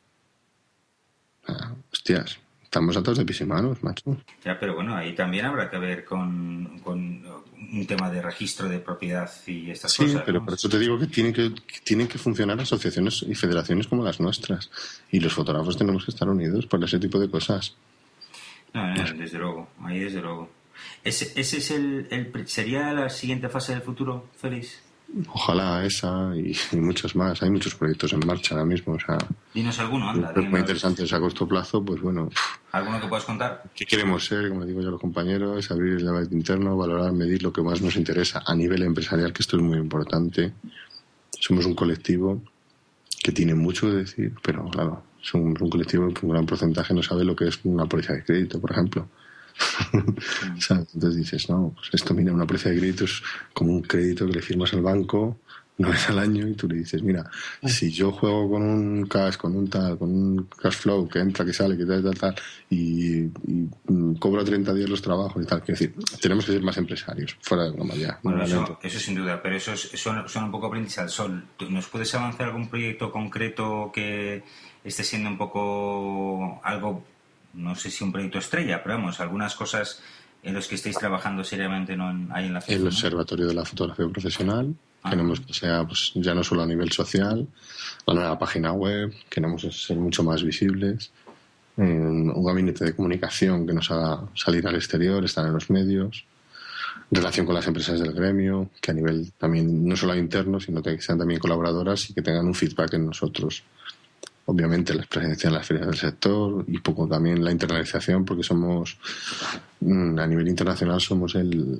Ah, hostias, estamos atados de pies y manos, macho. Ya, pero bueno, ahí también habrá que ver con, con un tema de registro de propiedad y estas Sí, cosas. pero ¿no? por eso te digo que tienen que, que tienen que funcionar asociaciones y federaciones como las nuestras. Y los fotógrafos tenemos que estar unidos por ese tipo de cosas. No, no, desde luego, ahí desde luego. ¿Ese, ese es el, el- sería la siguiente fase del futuro, Félix? Ojalá esa y, y muchos más. Hay muchos proyectos en marcha ahora mismo. O sea, Dinos alguno, anda. es muy dinos. interesantes a corto plazo. Pues bueno, ¿Alguno que puedas contar? ¿qué queremos ser? Como digo yo a los compañeros, abrir el debate interno, valorar, medir lo que más nos interesa a nivel empresarial, que esto es muy importante. Somos un colectivo que tiene mucho que decir, pero claro, somos un colectivo que un gran porcentaje no sabe lo que es una póliza de crédito, por ejemplo. ¿Sabes? Entonces dices, no, pues esto, mira, una póliza de crédito es como un crédito que le firmas al banco una vez al año y tú le dices, mira, si yo juego con un cash, con un tal, con un cash flow que entra, que sale, que tal, tal, tal, y, y mm, cobro treinta días los trabajos y tal, quiero decir, tenemos que ser más empresarios, fuera de broma ya. Bueno, eso, eso sin duda, pero eso es, son, son un poco brindis al sol. ¿Nos puedes avanzar algún proyecto concreto que esté siendo un poco algo, no sé si un proyecto estrella, pero vamos, algunas cosas en los que estéis trabajando seriamente no en, ahí en la F E P? El ¿no? Observatorio de la Fotografía Profesional. Ah. Queremos que sea pues, ya no solo a nivel social, la nueva página web, queremos ser mucho más visibles, eh, un gabinete de comunicación que nos haga salir al exterior, estar en los medios, relación con las empresas del gremio, que a nivel también no solo interno, sino que sean también colaboradoras y que tengan un feedback en nosotros. Obviamente la presencia en las ferias del sector y poco también la internalización, porque somos, a nivel internacional, somos el...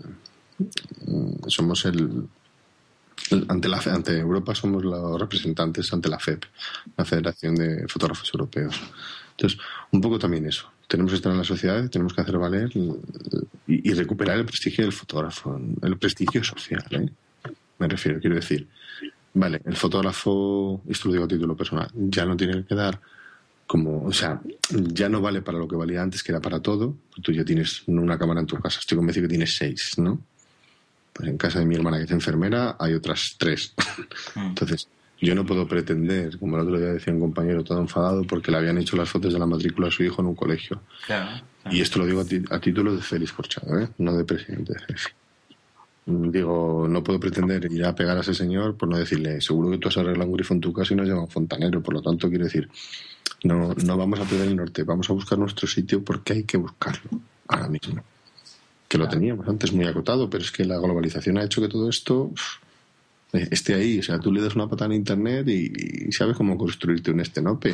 somos el Ante, la, ante Europa somos los representantes ante la F E P, la Federación de Fotógrafos Europeos. Entonces, un poco también eso. Tenemos que estar en la sociedad, tenemos que hacer valer y, y recuperar el prestigio del fotógrafo, el prestigio social, ¿eh? Me refiero, quiero decir, vale, el fotógrafo, esto lo digo a título personal, ya no tiene que dar como, o sea, ya no vale para lo que valía antes, que era para todo. Tú ya tienes una cámara en tu casa, estoy convencido que tienes seis, ¿no? Pues en casa de mi hermana, que es enfermera, hay otras tres. Entonces, yo no puedo pretender, como el otro día decía un compañero todo enfadado, porque le habían hecho las fotos de la matrícula a su hijo en un colegio. Claro, claro. Y esto lo digo a, ti, a título de Félix Corchado, ¿eh? No de presidente de F E F I. Digo, no puedo pretender ir a pegar a ese señor por no decirle, seguro que tú has arreglado un grifo en tu casa y nos llama un fontanero. Por lo tanto, quiero decir, no, no vamos a perder el norte, vamos a buscar nuestro sitio porque hay que buscarlo ahora mismo. Que lo teníamos antes muy acotado, pero es que la globalización ha hecho que todo esto pff, esté ahí. O sea, tú le das una patada en internet y, y sabes cómo construirte un estenope.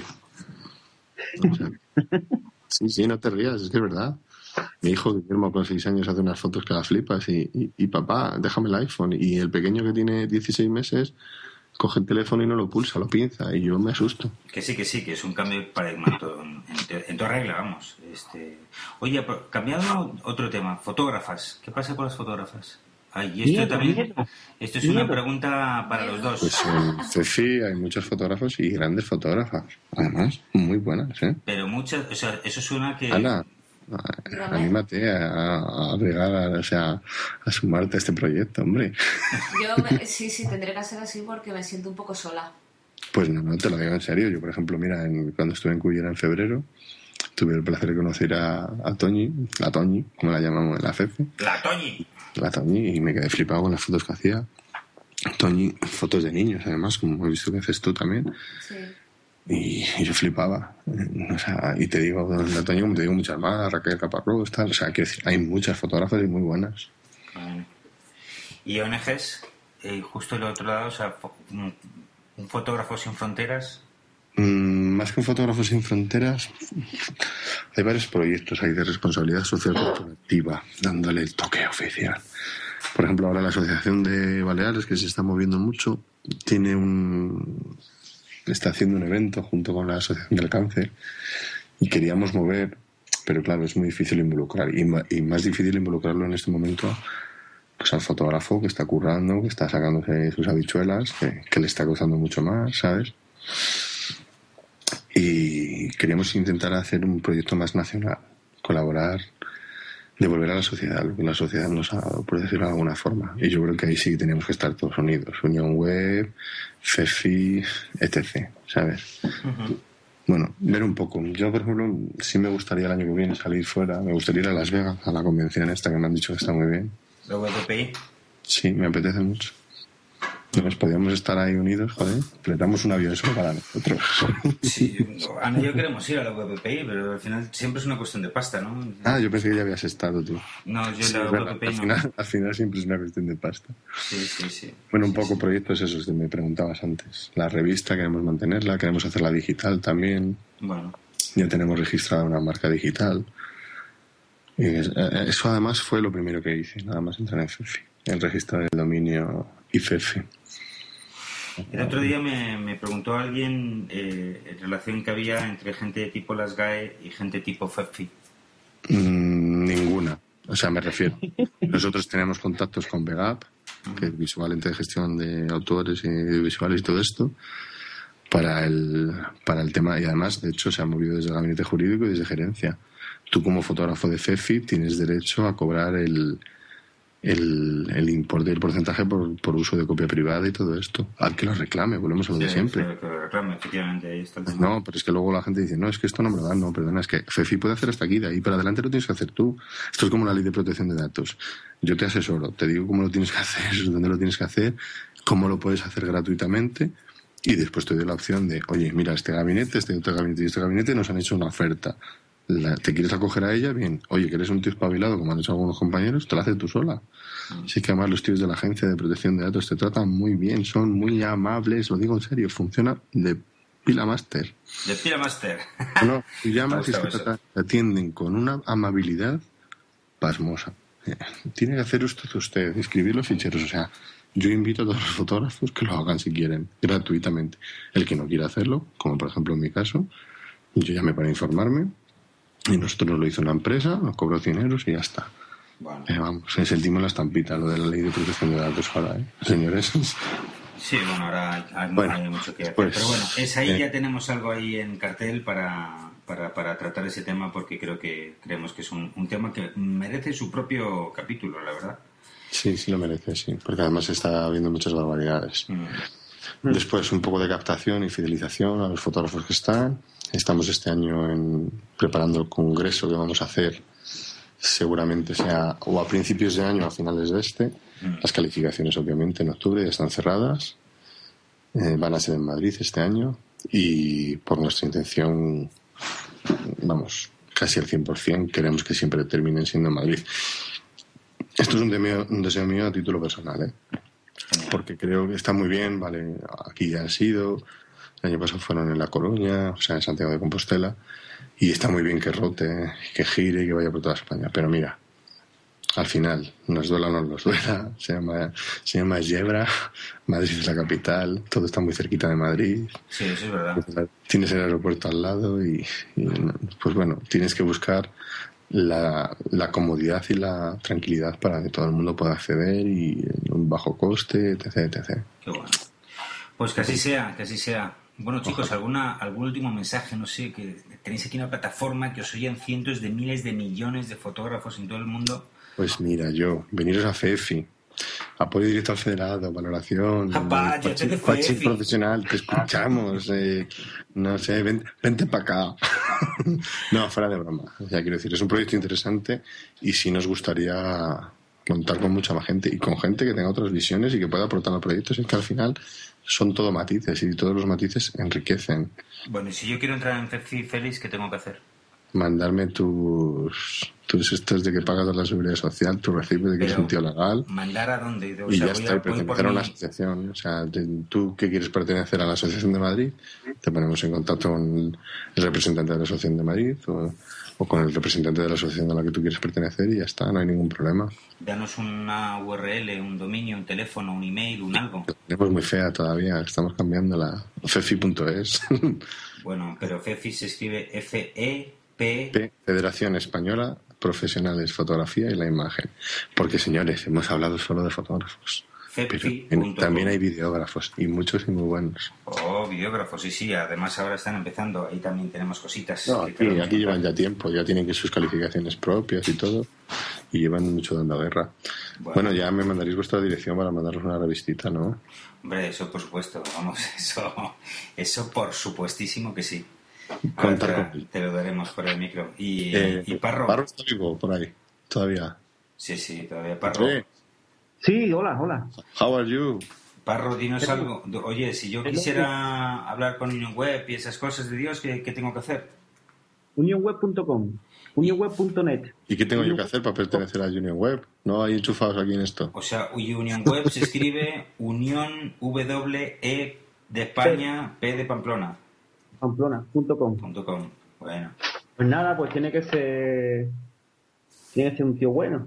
O sea, sí, sí, no te rías, es que es verdad. Mi hijo Guillermo con seis años hace unas fotos que las flipas y, y, y papá, déjame el iPhone. Y el pequeño que tiene dieciséis meses coge el teléfono y no lo pulsa, lo pinza y yo me asusto. Que sí, que sí, que es un cambio de paradigma en, en, en toda regla, vamos. Este... Oye, cambiando otro tema, fotógrafas. ¿Qué pasa con las fotógrafas? Ay, y esto miedo, también, miedo, esto es miedo. una pregunta para los dos. Pues en F E F I hay muchos fotógrafos y grandes fotógrafas, además, muy buenas, ¿eh? Pero muchas, o sea, eso suena que... Ana, anímate a, a llegar a, o sea, a sumarte a este proyecto, hombre. Yo me- sí, sí, tendré que ser así porque me siento un poco sola. Pues no, no, te lo digo en serio. Yo, por ejemplo, mira, en- cuando estuve en Cullera en febrero, tuve el placer de conocer a, a Toñi, la Toñi, como la llamamos en la F E F I, La Toñi. la Toñi, y me quedé flipado con las fotos que hacía. Toñi, fotos de niños, además, como he visto que haces tú también. Sí. Y, y yo flipaba. O sea, y te digo, la Toñi, como te digo, muchas más, Raquel Caparrós, tal. O sea, quiero decir, hay muchas fotógrafas y muy buenas. Vale. Y O N Ges, eh, justo el otro lado, o sea, fo- un, un fotógrafo sin fronteras. Mm, más que un fotógrafo sin fronteras, hay varios proyectos ahí de responsabilidad social corporativa, dándole el toque oficial. Por ejemplo, ahora la Asociación de Baleares, que se está moviendo mucho, tiene un está haciendo un evento junto con la Asociación del Cáncer y queríamos mover, pero claro, es muy difícil involucrar y, ma- y más difícil involucrarlo en este momento pues al fotógrafo que está currando, que está sacándose sus habichuelas, que, que le está costando mucho más, ¿sabes? Y queríamos intentar hacer un proyecto más nacional, colaborar, devolver a la sociedad lo que la sociedad nos ha dado, por decirlo de alguna forma. Y yo creo que ahí sí que teníamos que estar todos unidos, Unión Web, F E F I, etcétera, ¿sabes? Uh-huh. Bueno, ver un poco. Yo, por ejemplo, sí me gustaría el año que viene salir fuera, me gustaría ir a Las Vegas, a la convención esta que me han dicho que está muy bien. La W P I. Sí, me apetece mucho. Nos podíamos estar ahí unidos, joder. Fletamos un avión solo para nosotros. Sí, yo- Ana y yo queremos ir a la W P I, pero al final siempre es una cuestión de pasta, ¿no? Ah, yo pensé que ya habías estado tú. No, yo Sí, en la es verdad, W P I al, no. final, al final siempre es una cuestión de pasta. Sí, sí, sí. Bueno, un Sí, poco sí. proyectos esos que me preguntabas antes. La revista queremos mantenerla, queremos hacerla digital también. Bueno, Ya tenemos registrada una marca digital. Y es- eh, eso además fue lo primero que hice, nada más entrar en F E F I. El registro del dominio I F E F I. el otro día me, me preguntó alguien eh, en relación que había entre gente de tipo Las G A E y gente tipo F E F I. Mm, ninguna. O sea, me refiero. Nosotros tenemos contactos con V G A P, que es visual de gestión de autores y visuales y todo esto, para el, para el tema. Y además, de hecho, se ha movido desde el gabinete jurídico y desde gerencia. Tú, como fotógrafo de FEFI, tienes derecho a cobrar el, el, el importe y el porcentaje por, por uso de copia privada y todo esto. Al que lo reclame, volvemos a lo Sí, de siempre. sí, que lo reclame, efectivamente, ahí está el tema. No, pero es que luego la gente dice, no, es que esto no me lo dan. No, perdona, es que FEFI puede hacer hasta aquí, de ahí para adelante lo tienes que hacer tú. Esto es como la ley de protección de datos. Yo te asesoro, te digo cómo lo tienes que hacer, dónde lo tienes que hacer, cómo lo puedes hacer gratuitamente, y después te doy la opción de, oye, mira, este gabinete, este otro gabinete y este gabinete nos han hecho una oferta. La, ¿te quieres acoger a ella? Bien. Oye, que eres un tío espabilado, como han hecho algunos compañeros, te la haces tú sola. Así que además los tíos de la Agencia de Protección de Datos te tratan muy bien, son muy amables, lo digo en serio, funciona de pila máster. De pila máster. No, tú llamas y Me ha te, gustado te atienden con una amabilidad pasmosa. Tiene que hacer usted usted, escribir los ficheros, o sea, yo invito a todos los fotógrafos que lo hagan si quieren, gratuitamente. El que no quiera hacerlo, como por ejemplo en mi caso, yo llamé para informarme, y nosotros nos lo hizo una empresa, nos cobró cien euros y ya está. Bueno. Eh, vamos, sentimos la estampita, lo de la ley de protección de datos ahora, ¿eh? Señores. Sí, bueno, ahora hay, hay, Bueno, hay mucho que hacer. pues, Pero bueno, es ahí eh, ya tenemos algo ahí en cartel para, para, para tratar ese tema, porque creo que creemos que es un, un tema que merece su propio capítulo, la verdad. Sí, sí lo merece, sí, porque además está habiendo muchas barbaridades. Mm. Después, un poco de captación y fidelización a los fotógrafos que están. Estamos este año en, preparando el congreso que vamos a hacer, seguramente sea o a principios de año o a finales de este. Mm. Las calificaciones, obviamente, en octubre ya están cerradas. Eh, van a ser en Madrid este año y por nuestra intención, vamos, casi al cien por ciento, queremos que siempre terminen siendo en Madrid. Esto es un, demeo, un deseo mío a título personal, ¿eh? Porque creo que está muy bien, vale, aquí ya han sido, el año pasado fueron en La Coruña, o sea, en Santiago de Compostela, y está muy bien que rote, que gire y que vaya por toda España, pero mira, al final, nos duela o no nos duela, se llama, se llama Yebra, Madrid es la capital, todo está muy cerquita de Madrid. Sí, eso es verdad. Tienes el aeropuerto al lado y, y pues bueno, tienes que buscar la, la comodidad y la tranquilidad para que todo el mundo pueda acceder y en un bajo coste, etc, etcétera. Qué bueno. Pues que así sea, que así sea. Bueno, chicos, alguna algún último mensaje, no sé, que tenéis aquí una plataforma que os oyen cientos de miles de millones de fotógrafos en todo el mundo. Pues mira, yo, veniros a FEFI, apoyo directo al federado, valoración, Apá, yo te de FEFI. profesional, te escuchamos, eh, no sé, ven, vente para acá. No, fuera de broma. O sea, quiero decir, es un proyecto interesante y sí nos gustaría contar con mucha más gente y con gente que tenga otras visiones y que pueda aportar al proyecto. Es que al final son todo matices y todos los matices enriquecen. Bueno, y si yo quiero entrar en FEFI, Félix, ¿qué tengo que hacer? Mandarme tus tus estos de que pagas a la seguridad social, tu recibo de que eres un tío legal. ¿Mandar a dónde? O Y sea, ya voy está, a- y voy por pertenecer a una mi- asociación. O sea, te- tú que quieres pertenecer a la Asociación de Madrid, te ponemos en contacto con el representante de la Asociación de Madrid o, o con el representante de la asociación a la que tú quieres pertenecer y ya está, no hay ningún problema. Danos una U R L, un dominio, un teléfono, un email, un algo. La tenemos muy fea todavía, estamos cambiando la fefi punto es. Bueno, pero FEFI se escribe F E P... P, Federación Española Profesionales Fotografía y la Imagen. Porque, señores, hemos hablado solo de fotógrafos. Pero fefi en- punto com. también hay videógrafos y muchos y muy buenos. Oh, videógrafos, sí, sí. Además ahora están empezando. Ahí también tenemos cositas. No, que aquí, queremos aquí llevan contar. ya tiempo, ya tienen que sus calificaciones propias y todo, y llevan mucho dando guerra. Bueno. Bueno, ya me mandaréis vuestra dirección para mandaros una revistita, ¿no? Hombre, eso por supuesto. Vamos, eso, eso por supuestísimo que sí. Ahora Contar te, con él. te lo daremos por el micro. Y, Eh, y Parro. Parro está vivo por ahí, todavía. Sí, sí, todavía Parro. Sí. Sí, hola, hola. How are you? Parro, dinos algo. Oye, si yo Pero- quisiera hablar con Union Web y esas cosas de Dios, ¿qué, qué tengo que hacer? union web punto com, union web punto net. ¿Y qué tengo yo que hacer para pertenecer a Union Web? ¿No hay enchufados aquí en esto? O sea, Union Web se escribe Unión W E de España, P de Pamplona. pamplona punto com. Punto com. Bueno. Pues nada, pues tiene que ser. Tiene que ser un tío bueno.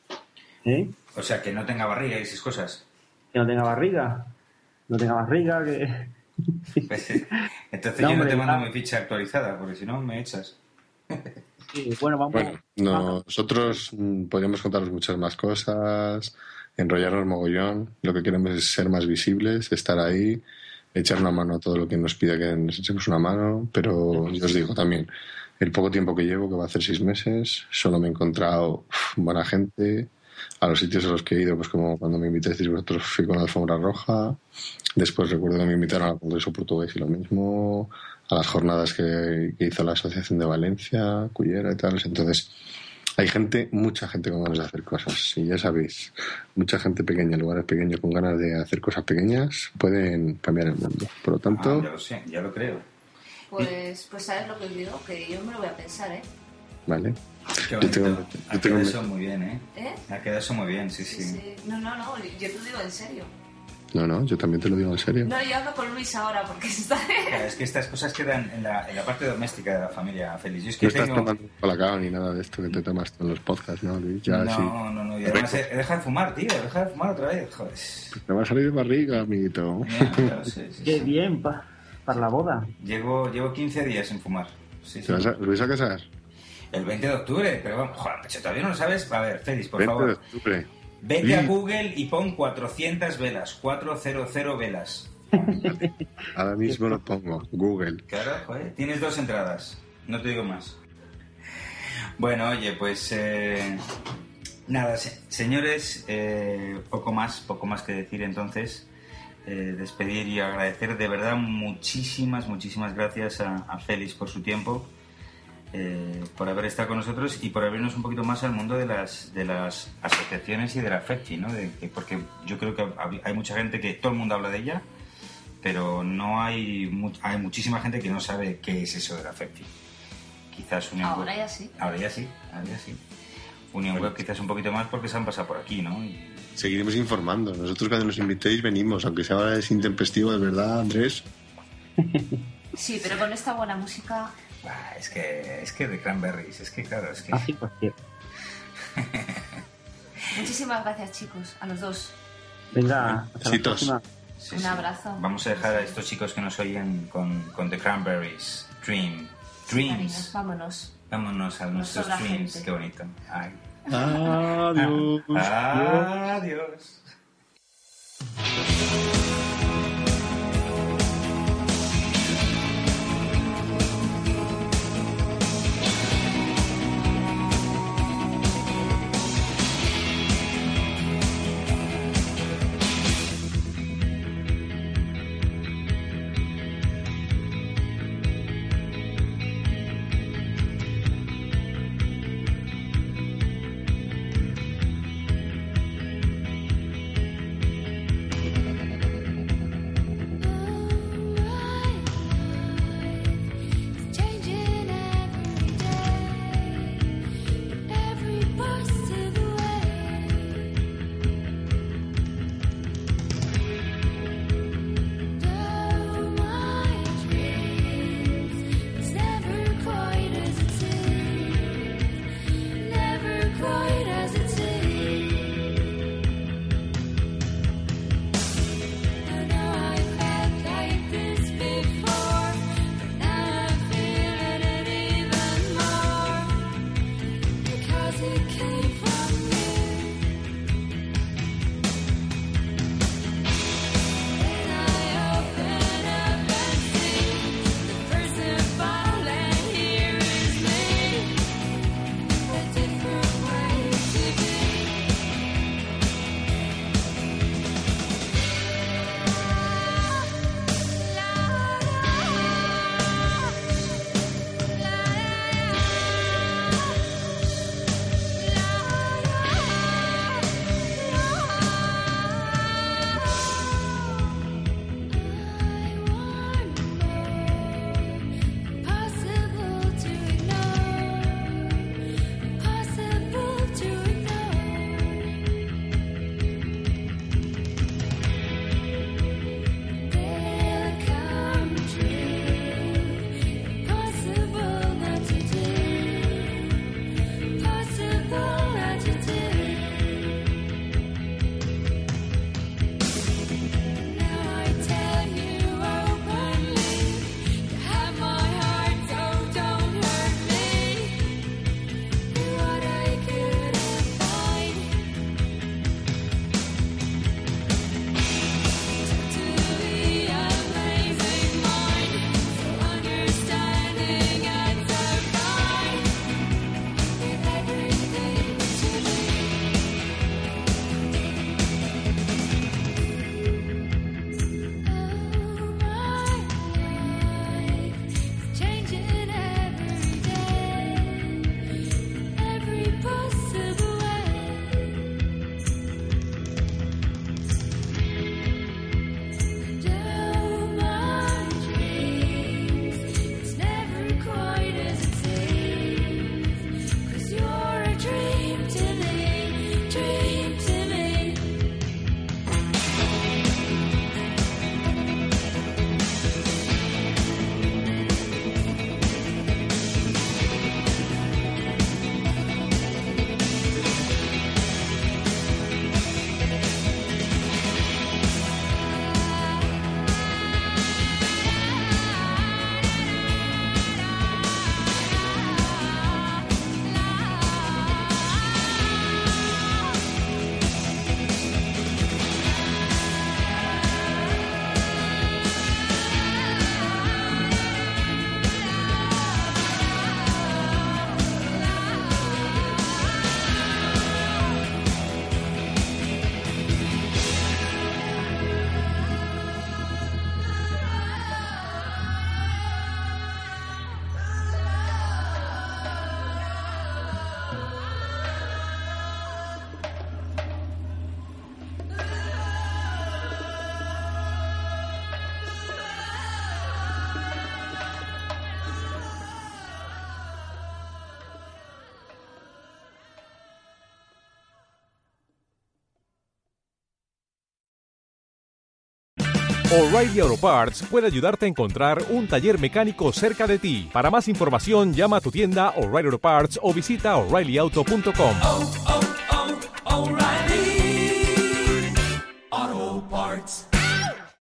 ¿Eh? O sea, que no tenga barriga y esas cosas. Que no tenga barriga. No tenga barriga, que. Pues, entonces No, yo no hombre, te mando ah. mi ficha actualizada, porque si no me echas. Sí, bueno, vamos. Bueno, nosotros mm, podríamos contaros muchas más cosas, enrollarnos mogollón. Lo que queremos es ser más visibles, estar ahí, echar una mano a todo lo que nos pida que nos echemos una mano. Pero yo os digo también, el poco tiempo que llevo, que va a hacer seis meses, solo me he encontrado uf, buena gente. A los sitios a los que he ido, pues como cuando me invitasteis vosotros, fui con la alfombra roja. Después recuerdo que me invitaron al Congreso Portugués y lo mismo, a las jornadas que, que hizo la Asociación de Valencia, Cullera y tal. Entonces, hay gente, mucha gente con ganas de hacer cosas. Y ya sabéis, mucha gente pequeña, lugares pequeños con ganas de hacer cosas pequeñas pueden cambiar el mundo. Por lo tanto... Ah, ya lo sé, ya lo creo. Pues, pues sabes lo que os digo, que yo me lo voy a pensar, ¿eh? Vale. Qué Yo bonito. tengo- yo Ha tengo- quedado eso muy bien, ¿eh? ¿Eh? Ha quedado eso muy bien, sí, Sí, sí. sí. No, no, no, yo te lo digo en serio. No, no, yo también te lo digo en serio. No, yo hablo con Luis ahora porque está... Claro, es que estas cosas quedan en la, en la parte doméstica de la familia, Félix. Yo es que No estás tengo... tomando colacao ni nada de esto que te tomas en los podcasts, ¿no, Luis? Ya, no, sí. no, no, y además he, he dejado de fumar, tío, he dejado de fumar otra vez, joder. Te va a salir de barriga, amiguito. Ya, claro, sí, sí, Qué sí. bien, pa, para la boda. Llevo, llevo quince días sin fumar. Sí, sí. ¿Te vas a, ¿Os vais a casar? El veinte de octubre, pero vamos, joder, pecho, todavía no lo sabes. A ver, Félix, por veinte de favor, octubre. vete Sí. a Google y pon cuatrocientas velas, cuatrocientas velas. Ahora mismo lo pongo. Google. Claro, joder, tienes dos entradas, no te digo más. Bueno, oye, pues eh, nada, se- señores, eh, poco más, poco más que decir entonces. Eh, despedir y agradecer de verdad muchísimas, muchísimas gracias a, a Félix por su tiempo, eh, por haber estado con nosotros y por abrirnos un poquito más al mundo de las, de las asociaciones y de la FECTI, ¿no? De, que- porque yo creo que hab- hay mucha gente que todo el mundo habla de ella, pero no hay, mu- hay muchísima gente que no sabe qué es eso de la FECTI. Quizás Unión Ahora Web- ya sí. Ahora ya sí, ahora ya sí. Unión Web quizás un poquito más porque se han pasado por aquí, ¿no? Y- Seguiremos informando. Nosotros cuando nos invitéis venimos, aunque sea ahora es intempestivo, es verdad, Andrés. Sí, pero con esta buena música... Bah, es que es que de Cranberries, es que claro, es que Así pues, tío. Muchísimas gracias, chicos, a los dos. Venga, hasta la Besitos. próxima. sí, Un sí. abrazo. Vamos a dejar a estos chicos que nos oyen con, con The Cranberries. Dream. Cariños, Dreams. vámonos. Vámonos a Nos nuestros sobra dreams. gente. Qué bonito. Ay. Adiós. Adiós. O'Reilly Auto Parts puede ayudarte a encontrar un taller mecánico cerca de ti. Para más información, llama a tu tienda O'Reilly Auto Parts o visita O'Reilly Auto punto com.